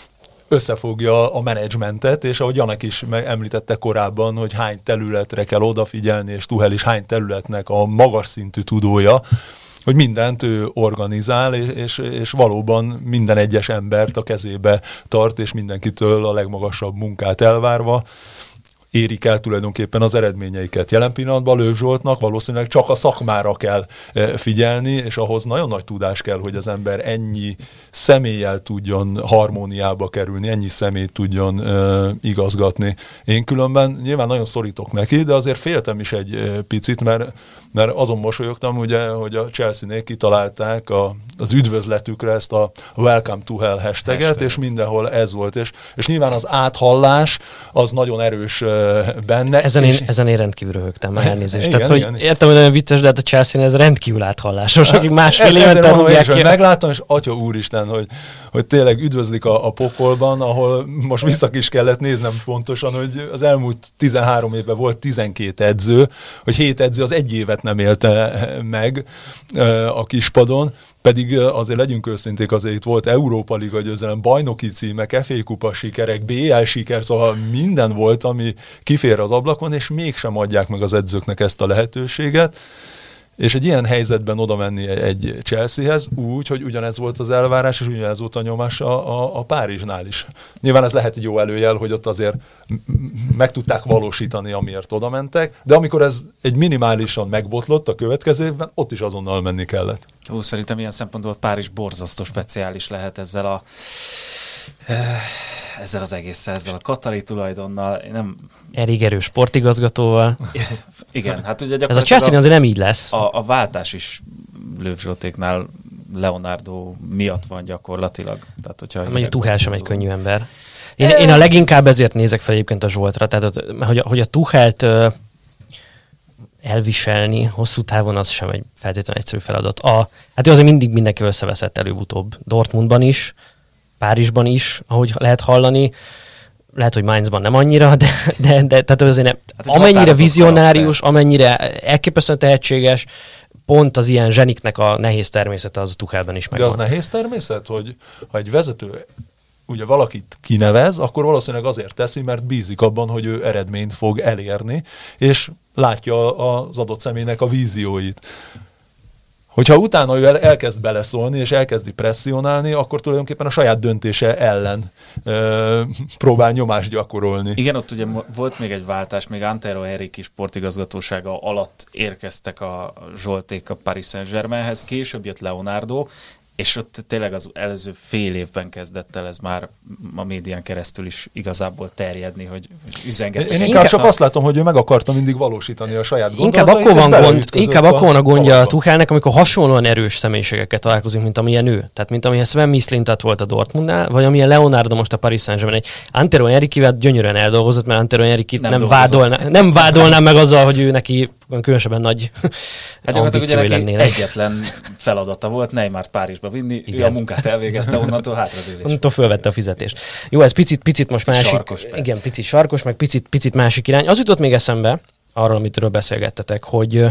összefogja a menedzsmentet, és ahogy Janek is említette korábban, hogy hány területre kell odafigyelni, és Tuchel is hány területnek a magas szintű tudója, hogy mindent ő organizál, és valóban minden egyes embert a kezébe tart, és mindenkitől a legmagasabb munkát elvárva érik el tulajdonképpen az eredményeiket. Jelen pillanatban Löw Zsoltnak valószínűleg csak a szakmára kell figyelni, és ahhoz nagyon nagy tudás kell, hogy az ember ennyi személlyel tudjon harmóniába kerülni, ennyi személyt tudjon igazgatni. Én különben nyilván nagyon szorítok neki, de azért féltem is egy picit, mert azon mosolyogtam, ugye, hogy a Chelsea-nél kitalálták az üdvözletükre ezt a Welcome to Hell hashtaget, és mindenhol ez volt. És nyilván az áthallás az nagyon erős benne. Ezen én rendkívül röhögtem, már elnézést. Igen, tehát, hogy értem, hogy nagyon vicces, de hát a Chelsea-nél ez rendkívül áthallásos, akik másfél évente rúgják ki. Megláttam, és atya úristen, hogy tényleg üdvözlik a pokolban, ahol most vissza is kellett néznem pontosan, hogy az elmúlt 13 évben volt 12 edző, hogy 7 edző az egy évet nem élte meg a kispadon, pedig azért legyünk őszinték, azért itt volt Európa Liga győzelem, bajnoki címek, FA kupa sikerek, BL siker, szóval minden volt, ami kifér az ablakon, és mégsem adják meg az edzőknek ezt a lehetőséget. És egy ilyen helyzetben oda menni egy Chelseahez úgy, hogy ugyanez volt az elvárás, és ugyanez volt a nyomás a Párizsnál is. Nyilván ez lehet egy jó előjel, hogy ott azért meg tudták valósítani, amiért oda mentek, de amikor ez egy minimálisan megbotlott a következő évben, ott is azonnal menni kellett. Szerintem ilyen szempontból Párizs borzasztó speciális lehet ezzel az egésszel, ezzel a katari tulajdonnal. Elég erős sportigazgatóval. Igen, hát ugye ez a Chelsea azért nem így lesz. A váltás is Löw Zsoltéknál Leonardo miatt van gyakorlatilag. Tehát, hogyha mondjuk Tuchel sem egy könnyű ember. Én a leginkább ezért nézek fel egyébként a Zsoltra, tehát hogy a Tuchelt elviselni hosszú távon az sem egy feltétlenül egyszerű feladat. Hát ő azért mindig mindenki összeveszett előbb-utóbb. Dortmundban is, Párizsban is, ahogy lehet hallani. lehet, hogy Mainzban nem annyira, de tehát azért nem. Hát Amennyire vizionárius, amennyire elképesztően tehetséges, pont az ilyen zseniknek a nehéz természete az Tuchelben is megvan. De az nehéz természet, hogy ha egy vezető ugye valakit kinevez, akkor valószínűleg azért teszi, mert bízik abban, hogy ő eredményt fog elérni, és látja az adott személynek a vízióit. Hogyha utána ő elkezd beleszólni, és elkezdi presszionálni, akkor tulajdonképpen a saját döntése ellen próbál nyomást gyakorolni. Igen, ott ugye volt még egy váltás, még Antero Henrique sportigazgatósága alatt érkeztek a Zsolték a Paris Saint-Germainhez, később jött Leonardo, és ott tényleg az előző fél évben kezdett el ez már a médián keresztül is igazából terjedni, hogy üzengetni. Én inkább csak azt látom, hogy ő meg akarta mindig valósítani a saját gondolatait. Inkább akkor van gondja a Tuchelnek, amikor hasonlóan erős személyiségekkel találkozunk, mint amilyen ő. Tehát mint amilyen Sven Mislintat volt a Dortmundnál, vagy amilyen Leonardo most a Paris Saint-Germain. Egy Antero Henrique-vel gyönyörűen eldolgozott, mert Antero Henrique nem vádolnám meg azzal, hogy ő neki különösebben nagy ambíciói lennének. Egyetlen feladata volt Neymart Párizsba vinni, igen. Ő a munkát elvégezte, onnantól hátradőlés. Onnantól fölvette a fizetést. Jó, ez picit most másik. Sarkos, igen, picit sarkos, meg picit másik irány. Az jutott még eszembe, arról, amitről beszélgettetek, hogy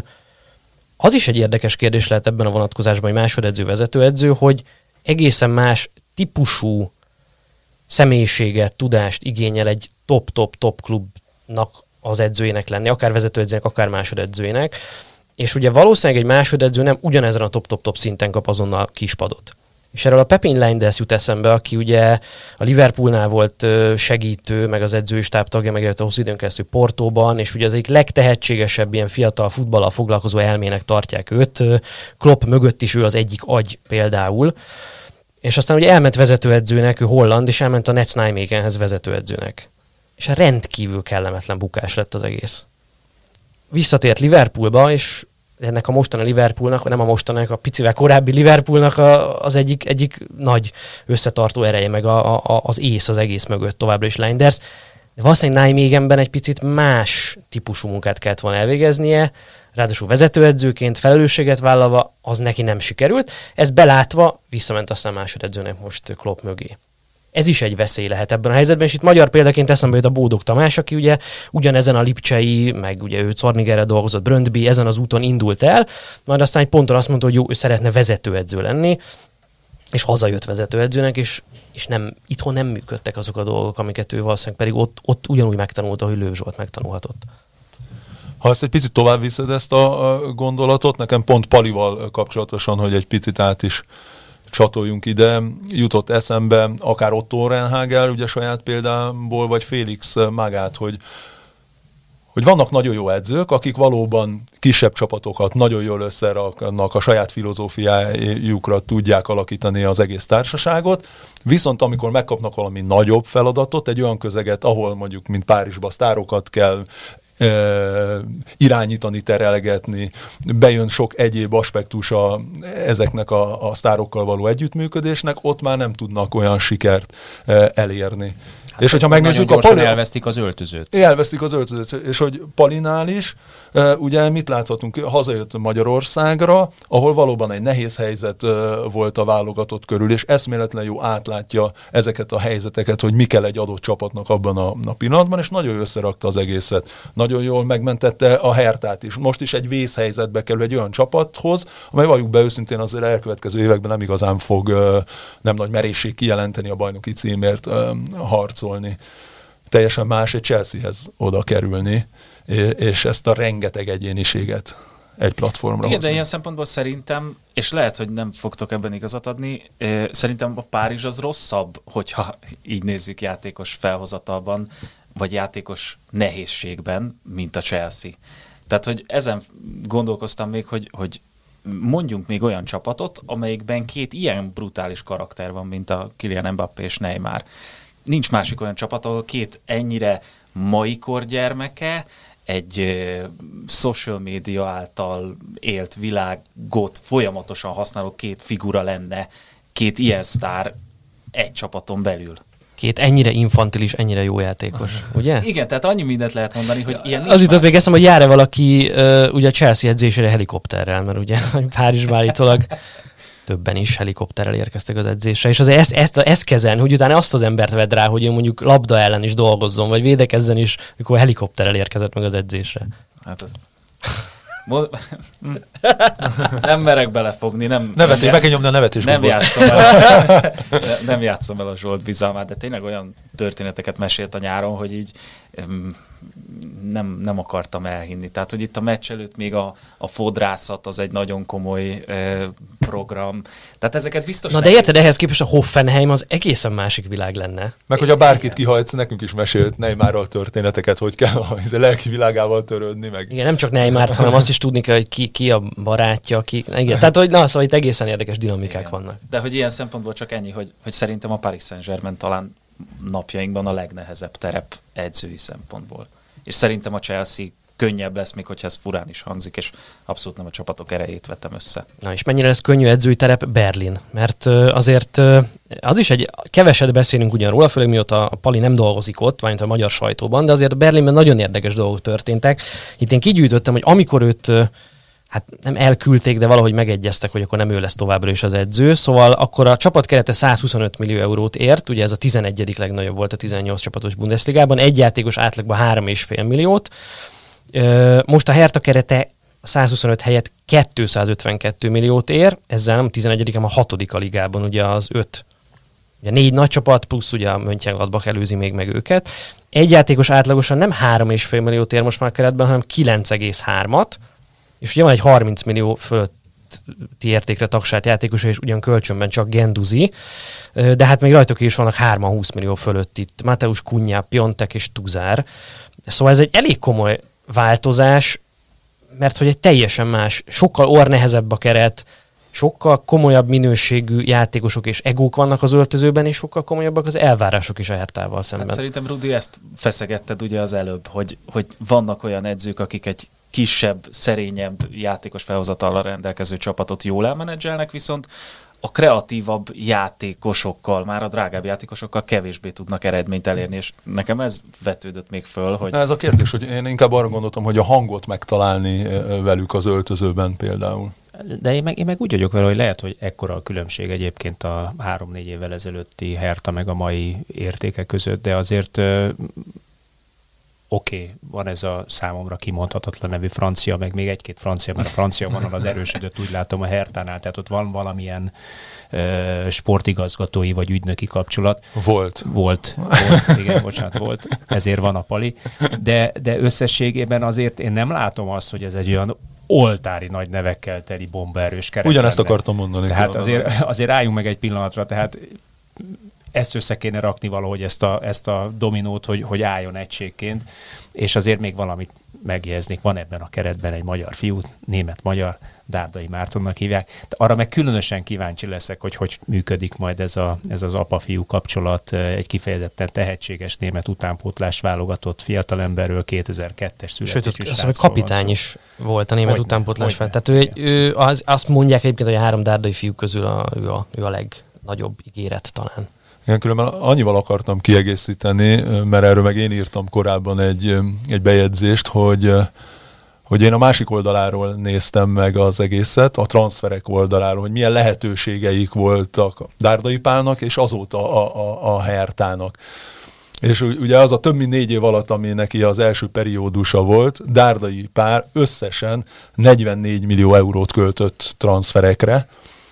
az is egy érdekes kérdés lehet ebben a vonatkozásban, hogy másodedző, vezetőedző, hogy egészen más típusú személyiséget, tudást igényel egy top klubnak az edzőjének lenni, akár vezetőedzőnek, akár másodedzőjének. És ugye valószínűleg egy másodedző nem ugyanezen a top szinten kap azonnal kispadot. És erről a Pepin Lijnders jut eszembe, aki ugye a Liverpoolnál volt segítő, meg az edzői stáb tagja, meg a hosszú időn keresztül Portóban, és ugye az egyik legtehetségesebb ilyen fiatal futballal foglalkozó elmének tartják őt. Klopp mögött is ő az egyik agy például. És aztán ugye elment vezetőedzőnek, ő holland, és elment a Nets Nijmegenhez vezetőedzőnek. És rendkívül kellemetlen bukás lett az egész. Visszatért Liverpoolba, és ennek a mostani Liverpoolnak, nem a mostanak, a picivel korábbi Liverpoolnak az egyik nagy összetartó ereje, meg az ész az egész mögött továbbra is Lijnders. De valószínűleg Nijmegenben egy picit más típusú munkát kellett volna elvégeznie, ráadásul vezetőedzőként felelősséget vállalva, az neki nem sikerült. Ezt belátva visszament aztán másodedzőnek most Klopp mögé. Ez is egy veszély lehet ebben a helyzetben, és itt magyar példaként eszembe jut a Bódog Tamás, aki ugye ugyanezen a lipcsei, meg ugye ő Zornigerrel dolgozott, Brøndby, ezen az úton indult el, majd aztán egy ponton azt mondta, hogy jó, ő szeretne vezetőedző lenni, és hazajött vezetőedzőnek, és itthon nem működtek azok a dolgok, amiket ő valószínűleg pedig ott ugyanúgy megtanulta, hogy Löw Zsolt megtanulhatott. Ha ezt egy picit tovább viszed ezt a gondolatot, nekem pont Palival kapcsolatosan, hogy egy picit át is csatoljunk ide, jutott eszembe akár Otto Rehhagel, ugye saját példámból, vagy Félix Magát, hogy vannak nagyon jó edzők, akik valóban kisebb csapatokat nagyon jól összeraknak, a saját filozófiájukra tudják alakítani az egész társaságot, viszont amikor megkapnak valami nagyobb feladatot, egy olyan közeget, ahol mondjuk, mint Párizsban sztárokat kell irányítani, terelgetni, bejön sok egyéb aspektusa ezeknek a sztárokkal való együttműködésnek, ott már nem tudnak olyan sikert elérni. Hát és hogyha megnézzük, elvesztik az öltözőt. Elvesztik az öltözőt, és hogy Palinál is, ugye mit láthatunk? Hazajött Magyarországra, ahol valóban egy nehéz helyzet volt a válogatott körül, és eszméletlen jó átlátja ezeket a helyzeteket, hogy mi kell egy adott csapatnak abban a pillanatban, és nagyon összerakta az egészet. Nagyon jól megmentette a Hertát is. Most is egy vészhelyzetbe kerül egy olyan csapathoz, amely valljuk be őszintén azért elkövetkező években nem igazán fog nem nagy merészség kijelenteni a bajnoki címért harcolni. Teljesen más egy Chelseahez oda kerülni, és ezt a rengeteg egyéniséget egy platformra hozni. Igen, de ilyen szempontból szerintem, és lehet, hogy nem fogtok ebben igazat adni, szerintem a Párizs az rosszabb, hogyha így nézzük játékos felhozatalban, vagy játékos nehézségben, mint a Chelsea. Tehát, hogy ezen gondolkoztam még, hogy mondjunk még olyan csapatot, amelyikben két ilyen brutális karakter van, mint a Kylian Mbappé és Neymar. Nincs másik olyan csapat, ahol két ennyire mai kor gyermeke, egy social media által élt világot folyamatosan használó két figura lenne, két ilyen sztár egy csapaton belül. Két ennyire infantilis, ennyire jó játékos, ugye? Igen, tehát annyi mindent lehet mondani, hogy ilyen az jutott még eszembe, hogy jár-e valaki ugye a Chelsea edzésére helikopterrel, mert ugye Párizsban állítólag többen is helikopterrel érkeztek az edzésre, és azért ezt kezelni, hogy utána azt az embert vedd rá, hogy ő mondjuk labda ellen is dolgozzon, vagy védekezzen is, mikor helikopterrel érkezett meg az edzésre. Hát ez... nem merek belefogni, nem meg kell nyomni a nevetésbe. Nem játszom el a Zsolt bizalmát, de tényleg olyan történeteket mesélt a nyáron, hogy így nem akartam elhinni. Tehát, hogy itt a meccs előtt még a fodrászat az egy nagyon komoly program. Tehát ezeket biztos... Na de érted, ehhez képest a Hoffenheim az egészen másik világ lenne. Meg hogyha bárkit kihajtsz, nekünk is mesélt Neymarról történeteket, hogy kell a lelki világával törődni meg. Igen, nem csak Neymart, hanem azt is tudni kell, hogy ki a barátja, igen. Tehát, hogy szóval itt egészen érdekes dinamikák vannak. De hogy ilyen szempontból csak ennyi, hogy szerintem a Paris Saint-Germain talán napjainkban a legnehezebb terep edzői szempontból. És szerintem a Chelsea könnyebb lesz, még hogyha ez furán is hangzik, és abszolút nem a csapatok erejét vettem össze. Na és mennyire lesz könnyű edzői terep Berlin? Mert azért az is keveset beszélünk ugyan róla, főleg mióta a Pali nem dolgozik ott, vagy a magyar sajtóban, de azért Berlinben nagyon érdekes dolgok történtek. Itt én kigyűjtöttem, hogy amikor őt hát nem elküldték, de valahogy megegyeztek, hogy akkor nem ő lesz továbbra is az edző. Szóval akkor a csapat kerete 125 millió eurót ért, ugye ez a 11. legnagyobb volt a 18 csapatos Bundesligában, egy játékos átlagban 3,5 milliót. Most a Hertha kerete 125 helyett 252 milliót ér, ezzel nem a 11., hanem a 6. a ligában, ugye az 5. Ugye 4 nagy csapat, plusz ugye a Mönchengladbach előzi még meg őket. Egy játékos átlagosan nem 3,5 milliót ér most már a keretben, hanem 9,3-at. És ugye van egy 30 millió fölötti értékre tagsált játékos, és ugyan kölcsönben csak Genduzi, de hát még rajtuk is vannak 3-20 millió fölött itt. Mateusz Kunja, Piontek és Tuzár. Szóval ez egy elég komoly változás, mert hogy egy teljesen más, sokkal orrnehezebb a keret, sokkal komolyabb minőségű játékosok és egók vannak az öltözőben, és sokkal komolyabbak az elvárások is a Hertával szemben. Hát szerintem, Rudi, ezt feszegetted ugye az előbb, hogy vannak olyan edzők, akik egy kisebb, szerényebb játékos felhozatallal rendelkező csapatot jól elmenedzselnek, viszont a kreatívabb játékosokkal, már a drágább játékosokkal kevésbé tudnak eredményt elérni, és nekem ez vetődött még föl, hogy... Ez a kérdés, hogy én inkább arra gondoltam, hogy a hangot megtalálni velük az öltözőben például. De én meg úgy vagyok vele, hogy lehet, hogy ekkora a különbség egyébként a 3-4 évvel ezelőtti Hertha meg a mai értéke között, de azért oké, van ez a számomra kimondhatatlan nevű francia, meg még egy-két francia, mert a francia vonal az erősödött, úgy látom a Hertánál, tehát ott van valamilyen sportigazgatói vagy ügynöki kapcsolat. Volt, igen, bocsánat, volt, ezért van a Pali. De összességében azért én nem látom azt, hogy ez egy olyan oltári nagy nevekkel teli bombaerős keret. Ugyanezt akartam mondani. Tehát azért álljunk meg egy pillanatra, tehát ezt össze kéne rakni valahogy ezt a dominót, hogy álljon egységként, és azért még valamit megjegyeznék. Van ebben a keretben egy magyar fiú, német-magyar, Dárdai Mártonnak hívják. De arra meg különösen kíváncsi leszek, hogy működik majd ez az apa-fiú kapcsolat, egy kifejezetten tehetséges német utánpótlás válogatott fiatalemberről, 2002-es születésű. Sőt, azt kapitány is volt a német utánpótlás. Tehát ő azt mondják egyébként, hogy a 3 dárdai fiú közül ő a legnagyobb ígéret talán. Én különben annyival akartam kiegészíteni, mert erről meg én írtam korábban egy bejegyzést, hogy én a másik oldaláról néztem meg az egészet, a transferek oldaláról, hogy milyen lehetőségeik voltak Dárdai Pálnak, és azóta a Hertának. És ugye az a több mint 4 év alatt, ami neki az első periódusa volt, Dárdai Pál összesen 44 millió eurót költött transferekre,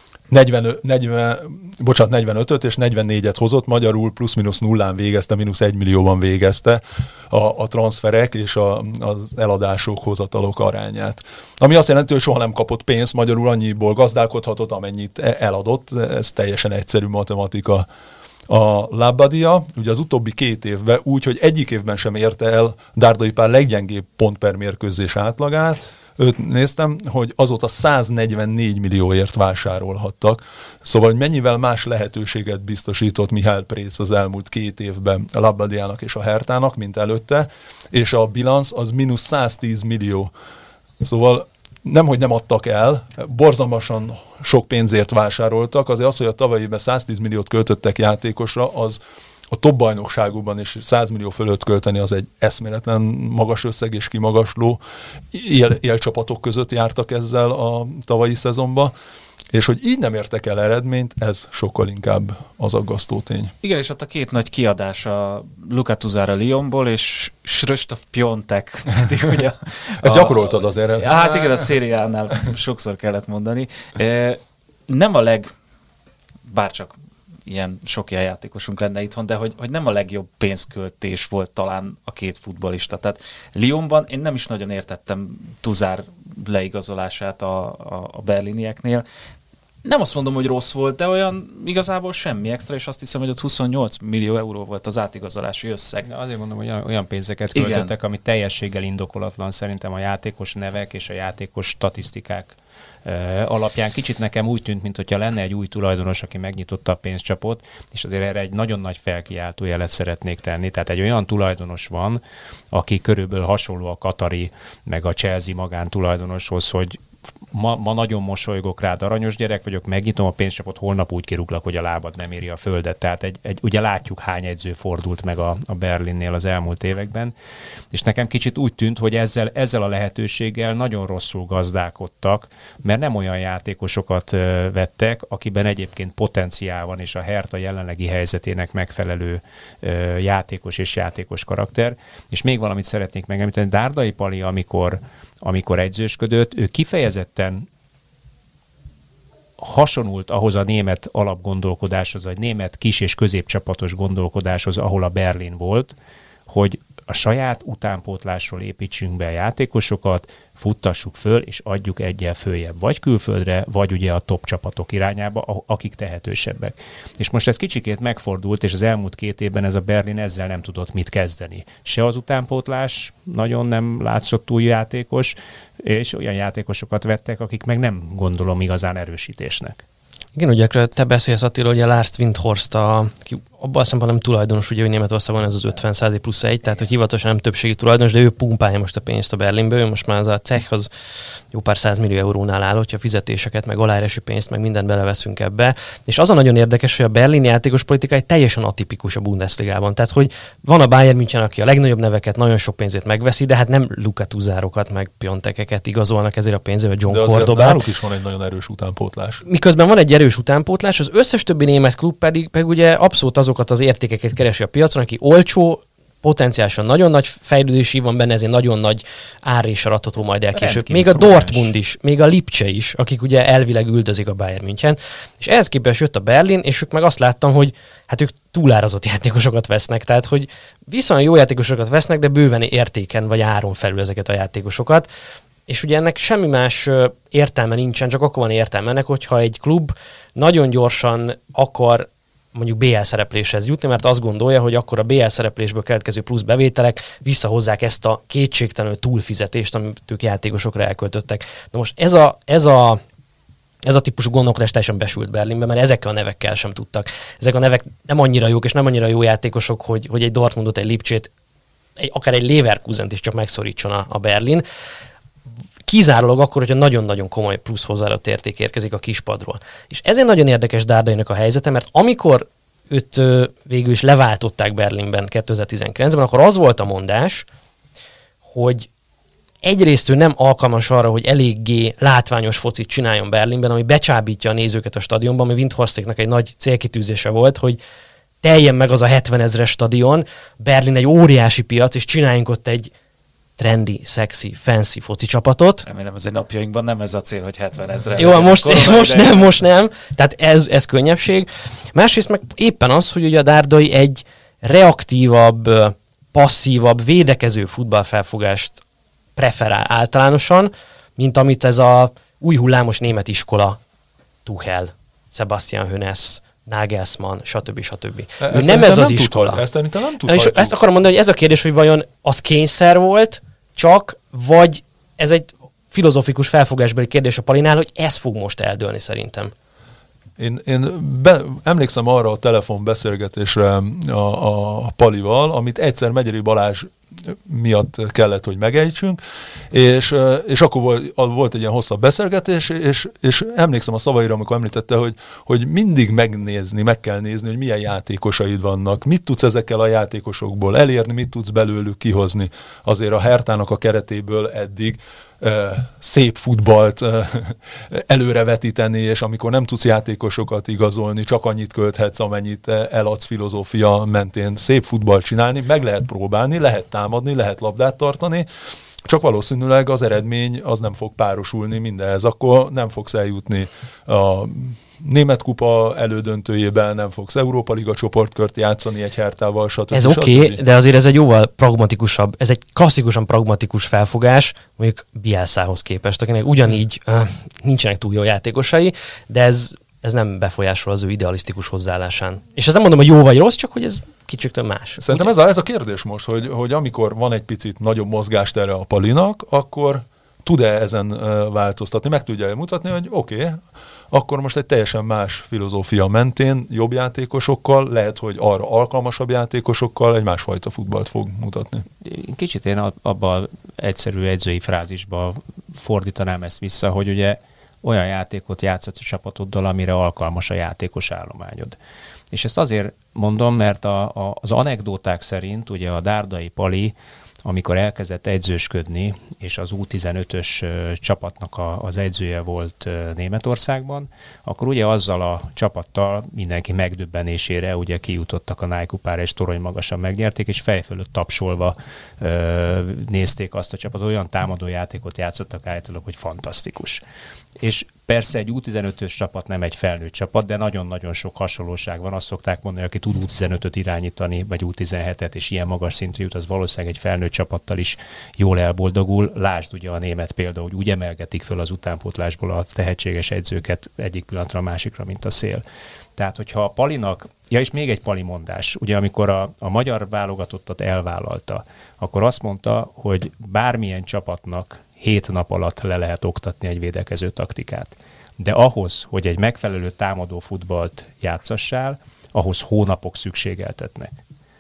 45-öt és 44-et hozott, magyarul plusz-minusz nullán végezte, -1 millióban végezte a transferek és az eladások, hozatalok arányát. Ami azt jelenti, hogy soha nem kapott pénzt, magyarul annyiból gazdálkodhatott, amennyit eladott, ez teljesen egyszerű matematika. A Labbadia ugye az utóbbi 2 évben úgy, hogy egyik évben sem érte el Dárdai Pál leggyengébb pont per mérkőzés átlagát, őt néztem, hogy azóta 144 millióért vásárolhattak. Szóval, hogy mennyivel más lehetőséget biztosított Mihály Précz az elmúlt 2 évben a Labbadiának és a Hertának, mint előtte, és a bilanc az -110 millió. Szóval nemhogy nem adtak el, borzalmasan sok pénzért vásároltak, azért az, hogy a tavalyiben 110 milliót költöttek játékosra, a top bajnokságukban és 100 millió fölött költeni az egy eszméletlen magas összeg és kimagasló. Élcsapatok között jártak ezzel a tavalyi szezonban, és hogy így nem értek el eredményt, ez sokkal inkább az aggasztó tény. Igen, és ott a két nagy kiadás a Luka Tuzar a Lyonból, és Sröstov Piontek. Ezt gyakoroltad azért. Hát igen, a Szériánál sokszor kellett mondani. Nem a bárcsak sok ilyen játékosunk lenne itthon, de hogy nem a legjobb pénzköltés volt talán a két futballista. Tehát Lyonban én nem is nagyon értettem Tuzar leigazolását a berlinieknél. Nem azt mondom, hogy rossz volt, de olyan igazából semmi extra, és azt hiszem, hogy ott 28 millió euró volt az átigazolási összeg. De azért mondom, hogy olyan pénzeket költöttek, ami teljességgel indokolatlan szerintem a játékos nevek és a játékos statisztikák alapján. Kicsit nekem úgy tűnt, mintha lenne egy új tulajdonos, aki megnyitotta a pénzcsapot, és azért erre egy nagyon nagy felkiáltó jelet szeretnék tenni. Tehát egy olyan tulajdonos van, aki körülbelül hasonló a Katari, meg a Chelsea magántulajdonoshoz, hogy ma nagyon mosolygok rád, aranyos gyerek vagyok, megnyitom a pénzcsapot, holnap úgy kirúglak, hogy a lábad nem éri a földet. Tehát ugye látjuk, hány edző fordult meg a Berlinnél az elmúlt években, és nekem kicsit úgy tűnt, hogy ezzel a lehetőséggel nagyon rosszul gazdálkodtak, mert nem olyan játékosokat vettek, akiben egyébként potenciál van, és a Hertha jelenlegi helyzetének megfelelő játékos és játékos karakter. És még valamit szeretnék megemlíteni, Dárdai Pali, amikor edzősködött, ő kifejezetten hasonult ahhoz a német alapgondolkodáshoz, vagy német kis- és középcsapatos gondolkodáshoz, ahol a Berlin volt, hogy a saját utánpótlásról építsünk be a játékosokat, futtassuk föl, és adjuk egyel följebb, vagy külföldre, vagy ugye a top csapatok irányába, akik tehetősebbek. És most ez kicsikét megfordult, és az elmúlt 2 évben ez a Berlin ezzel nem tudott mit kezdeni. Se az utánpótlás nagyon nem látszott túl játékos, és olyan játékosokat vettek, akik meg nem gondolom igazán erősítésnek. Igen, ugye te beszélsz, Attila, ugye Lars Windhorst, aki abban a szemben nem tulajdonos, ugye, hogy Németországban ez az 50% plusz 1, tehát hogy hivatalosan nem többségi tulajdonos, de ő pumpálja most a pénzt a Berlinből, ő most már az a cech az jó pár 100 millió eurónál áll, hogyha fizetéseket, meg aláírási pénzt, meg mindent beleveszünk ebbe. És az a nagyon érdekes, hogy a berlin játékos politika egy teljesen atipikus a Bundesligában. Tehát, hogy van a Bayern München, aki a legnagyobb neveket, nagyon sok pénzét megveszi, de hát nem Luka Tuzárokat, meg Piontekeket igazolnak ezért a pénzért, vagy John Cordobát. De náluk is van egy nagyon erős utánpótlás. Miközben van egy erős utánpótlás, az összes többi német klub pedig ugye abszolút azokat az értékeket keresi a piacon, aki olcsó, potenciálisan nagyon nagy fejlődési van benne, ezért nagyon nagy árrésre adható majd el később. Még a Dortmund is, még a Lipcse is, akik ugye elvileg üldözik a Bayern München. És ehhez képest jött a Berlin, és ők meg azt láttam, hogy hát ők túlárazott játékosokat vesznek, tehát hogy viszonylag jó játékosokat vesznek, de bőven értéken vagy áron felül ezeket a játékosokat. És ugye ennek semmi más értelme nincsen, csak akkor van értelme ennek, hogyha egy klub nagyon gyorsan akar mondjuk BL szerepléshez jutni, mert azt gondolja, hogy akkor a BL szereplésből keletkező plusz bevételek visszahozzák ezt a kétségtelenül túlfizetést, amit ők játékosokra elköltöttek. Na most ez a típusú gondolkodás teljesen besült Berlinbe, mert ezekkel a nevekkel sem tudtak. Ezek a nevek nem annyira jók, és nem annyira jó játékosok, hogy egy Dortmundot, egy Lipcsét, akár egy Leverkusent is csak megszorítson a Berlin. Kizárólag akkor, hogyha nagyon-nagyon komoly plusz hozzáadott érték érkezik a kispadról. És ezért nagyon érdekes Dárdainak a helyzete, mert amikor őt végül is leváltották Berlinben 2019-ben, akkor az volt a mondás, hogy egyrészt ő nem alkalmas arra, hogy eléggé látványos focit csináljon Berlinben, ami becsábítja a nézőket a stadionban, ami Windhorstéknak egy nagy célkitűzése volt, hogy teljen meg az a 70 000-es stadion, Berlin egy óriási piac, és csináljunk ott egy trendy, sexy, fancy foci csapatot. Remélem ez egy napjainkban nem ez a cél, hogy 70 000. Jó, most nem. Tehát ez könnyebbség. Másrészt meg éppen az, hogy ugye a Dárdai egy reaktívabb, passzívabb, védekező futballfelfogást preferál általánosan, mint amit ez a új hullámos német iskola, Tuchel, Sebastian Hoeneß, Nagelsmann, stb. Nem ez az iskola. Ezt szerintem nem tudhatjuk. Ezt akarom mondani, hogy ez a kérdés, hogy vajon az kényszer volt, csak, vagy ez egy filozofikus felfogásbeli kérdés a Palinál, hogy ez fog most eldőlni szerintem. Emlékszem arra a telefonbeszélgetésre a Palival, amit egyszer Megyeri Balázs miatt kellett, hogy megejtsünk, és akkor volt egy ilyen hosszabb beszélgetés, és emlékszem a szavaira, amikor említette, hogy mindig meg kell nézni, hogy milyen játékosaid vannak, mit tudsz ezekkel a játékosokból elérni, mit tudsz belőlük kihozni. Azért a Hertának a keretéből eddig szép futballt előrevetíteni, és amikor nem tudsz játékosokat igazolni, csak annyit költhetsz, amennyit eladsz filozófia mentén szép futballt csinálni, meg lehet próbálni, lehet támadni, lehet labdát tartani, csak valószínűleg az eredmény az nem fog párosulni mindenhez, akkor nem fogsz eljutni a Német Kupa elődöntőjében, nem fogsz Európa Liga csoportkört játszani egy Hertával, stb. Ez oké, de azért ez egy jóval pragmatikusabb, ez egy klasszikusan pragmatikus felfogás, mondjuk Bielsához képest, akinek ugyanígy nincsenek túl jó játékosai, de ez nem befolyásol az ő idealisztikus hozzáállásán. És ezt nem mondom, hogy jó vagy rossz, csak hogy ez kicsit más. Szerintem ez a kérdés most, hogy amikor van egy picit nagyobb mozgástere a Palinak, akkor tud-e ezen változtatni, meg tudja mutatni, hogy oké, akkor most egy teljesen más filozófia mentén, jobb játékosokkal, lehet, hogy arra alkalmasabb játékosokkal egy másfajta futballt fog mutatni. Kicsit én abban egyszerű edzői frázisba fordítanám ezt vissza, hogy ugye olyan játékot játszhatsz a csapatoddal, amire alkalmas a játékos állományod. És ezt azért mondom, mert az anekdóták szerint ugye a Dárdai Pali, amikor elkezdett edzősködni, és az U15-ös csapatnak az edzője volt Németországban, akkor ugye azzal a csapattal mindenki megdöbbenésére ugye kijutottak a Nike kupára, és torony magasan megnyerték, és fej fölött tapsolva nézték azt a csapatot, olyan támadó játékot játszottak állítólag, hogy fantasztikus. És persze egy U15-ös csapat nem egy felnőtt csapat, de nagyon-nagyon sok hasonlóság van. Azt szokták mondani, aki tud U15-öt irányítani, vagy U17-et, és ilyen magas szintre jut, az valószínűleg egy felnőtt csapattal is jól elboldogul. Lásd ugye a német példa, hogy úgy emelgetik föl az utánpótlásból a tehetséges edzőket egyik pillanatra a másikra, mint a szél. Tehát, hogyha a Palinak, és még egy Pali mondás, ugye amikor a magyar válogatottat elvállalta, akkor azt mondta, hogy bármilyen csapatnak 7 nap alatt le lehet oktatni egy védekező taktikát. De ahhoz, hogy egy megfelelő támadó futballt játszassál, ahhoz hónapok szükségeltetnek.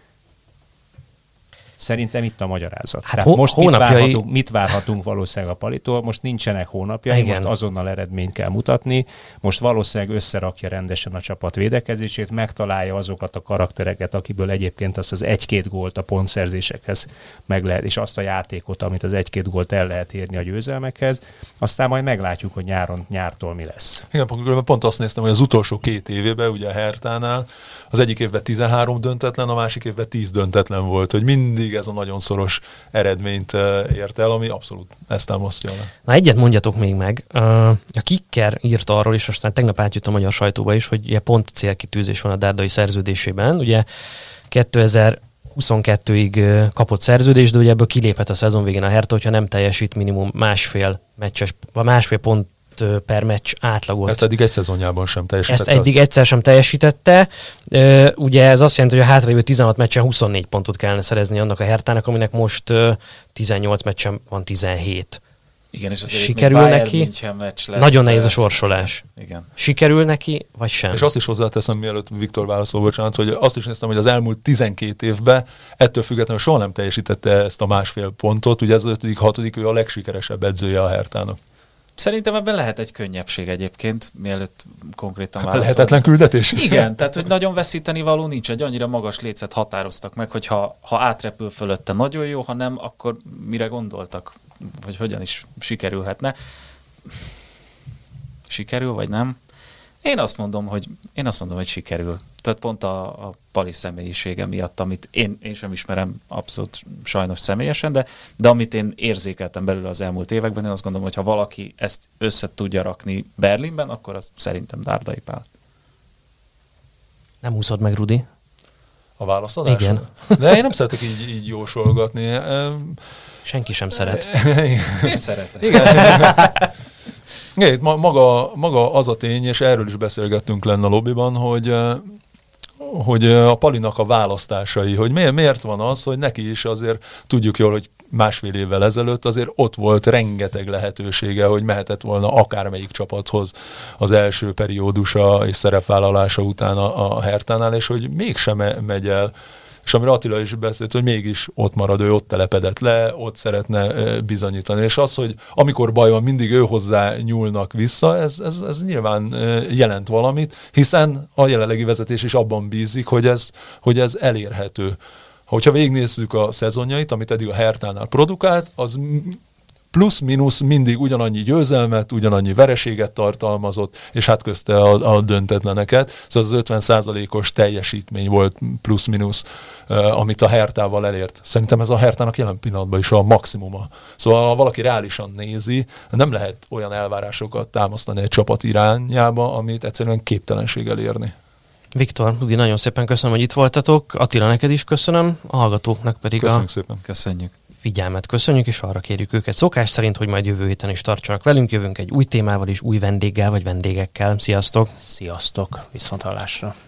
Szerintem itt a magyarázat. Hát tehát most mit várhatunk valószínűleg a Palitól? Most nincsenek hónapjai, igen. Most azonnal eredményt kell mutatni, most valószínűleg összerakja rendesen a csapat védekezését, megtalálja azokat a karaktereket, akiből egyébként azt az 1-2 gólt a pontszerzésekhez meg lehet, és azt a játékot, amit az 1-2 gólt el lehet érni a győzelmekhez, aztán majd meglátjuk, hogy nyártól mi lesz. Igen, pont azt néztem, hogy az utolsó 2 évében, ugye a Hertánál, az egyik évben 13 döntetlen, a másik évben 10 döntetlen volt, hogy mindig ez a nagyon szoros eredményt ért el, ami abszolút ezt támasztja le. Na egyet mondjatok még meg. A Kicker írt arról, és aztán tegnap átjött a magyar sajtóba is, hogy ugye pont célkitűzés van a Dárdai szerződésében. Ugye 2022-ig kapott szerződést, de ugye ebből kiléphet a szezon végén a Hertha, hogyha nem teljesít minimum másfél pont per meccs átlagot. Ezt eddig egy szezonjában sem teljesítette. Ezt eddig egyszer sem teljesítette. Ugye ez azt jelenti, hogy a hátralévő 16 meccsen 24 pontot kellene szerezni annak a Hertának, aminek most 18 meccsen van 17. Igen, és azért sikerül neki. Nagyon nehéz a sorsolás. Igen. Sikerül neki, vagy sem? És azt is hozzáteszem, mielőtt Viktor válaszol, bocsánat, hogy azt is néztem, hogy az elmúlt 12 évben ettől függetlenül soha nem teljesítette ezt a másfél pontot. Ugye ez az 5.-6. ő a legsikeresebb edzője a Hertának. Szerintem ebben lehet egy könnyebbség egyébként, mielőtt konkrétan válaszolni. Lehetetlen küldetés? Igen, tehát hogy nagyon veszíteni való nincs, egy annyira magas lécet határoztak meg, hogy ha átrepül fölötte nagyon jó, ha nem, akkor mire gondoltak, vagy hogyan is sikerülhetne. Sikerül, vagy nem? Én azt mondom, hogy sikerül. Tehát pont a Pali személyisége miatt, amit én sem ismerem abszolút sajnos személyesen, de amit én érzékeltem belőle az elmúlt években, én azt gondolom, hogy ha valaki ezt össze tudja rakni Berlinben, akkor az szerintem Dárdai Pál. Nem úszod meg, Rudi? A válaszadás? Igen. De én nem szeretek így jósolgatni. Senki sem szeret. Én szeretem. Igen, maga az a tény, és erről is beszélgettünk lenne a lobbyban, hogy a Palinak a választásai, hogy miért van az, hogy neki is azért tudjuk jól, hogy másfél évvel ezelőtt azért ott volt rengeteg lehetősége, hogy mehetett volna akármelyik csapathoz az első periódusa és szerepvállalása után a Hertánál, és hogy mégsem megy el. és amiről Attila is beszélt, hogy mégis ott marad, ő ott telepedett le, ott szeretne bizonyítani. És az, hogy amikor baj van, mindig ő hozzá nyúlnak vissza, ez nyilván jelent valamit, hiszen a jelenlegi vezetés is abban bízik, hogy ez elérhető. Hogyha végignézzük a szezonjait, amit eddig a Hertánál produkált, az plusz-minusz mindig ugyanannyi győzelmet, ugyanannyi vereséget tartalmazott, és hát közte a döntetleneket. Szóval az 50%-os teljesítmény volt plusz-minusz, amit a Hertával elért. Szerintem ez a Hertának jelen pillanatban is a maximuma. Szóval ha valaki reálisan nézi, nem lehet olyan elvárásokat támasztani egy csapat irányába, amit egyszerűen képtelenség elérni. Viktor, Rudi, nagyon szépen köszönöm, hogy itt voltatok. Attila, neked is köszönöm, a hallgatóknak pedig Köszönjük szépen. Köszönjük. Figyelmet köszönjük, és arra kérjük őket szokás szerint, hogy majd jövő héten is tartsanak velünk. Jövünk egy új témával és új vendéggel vagy vendégekkel. Sziasztok! Sziasztok, viszonthallásra!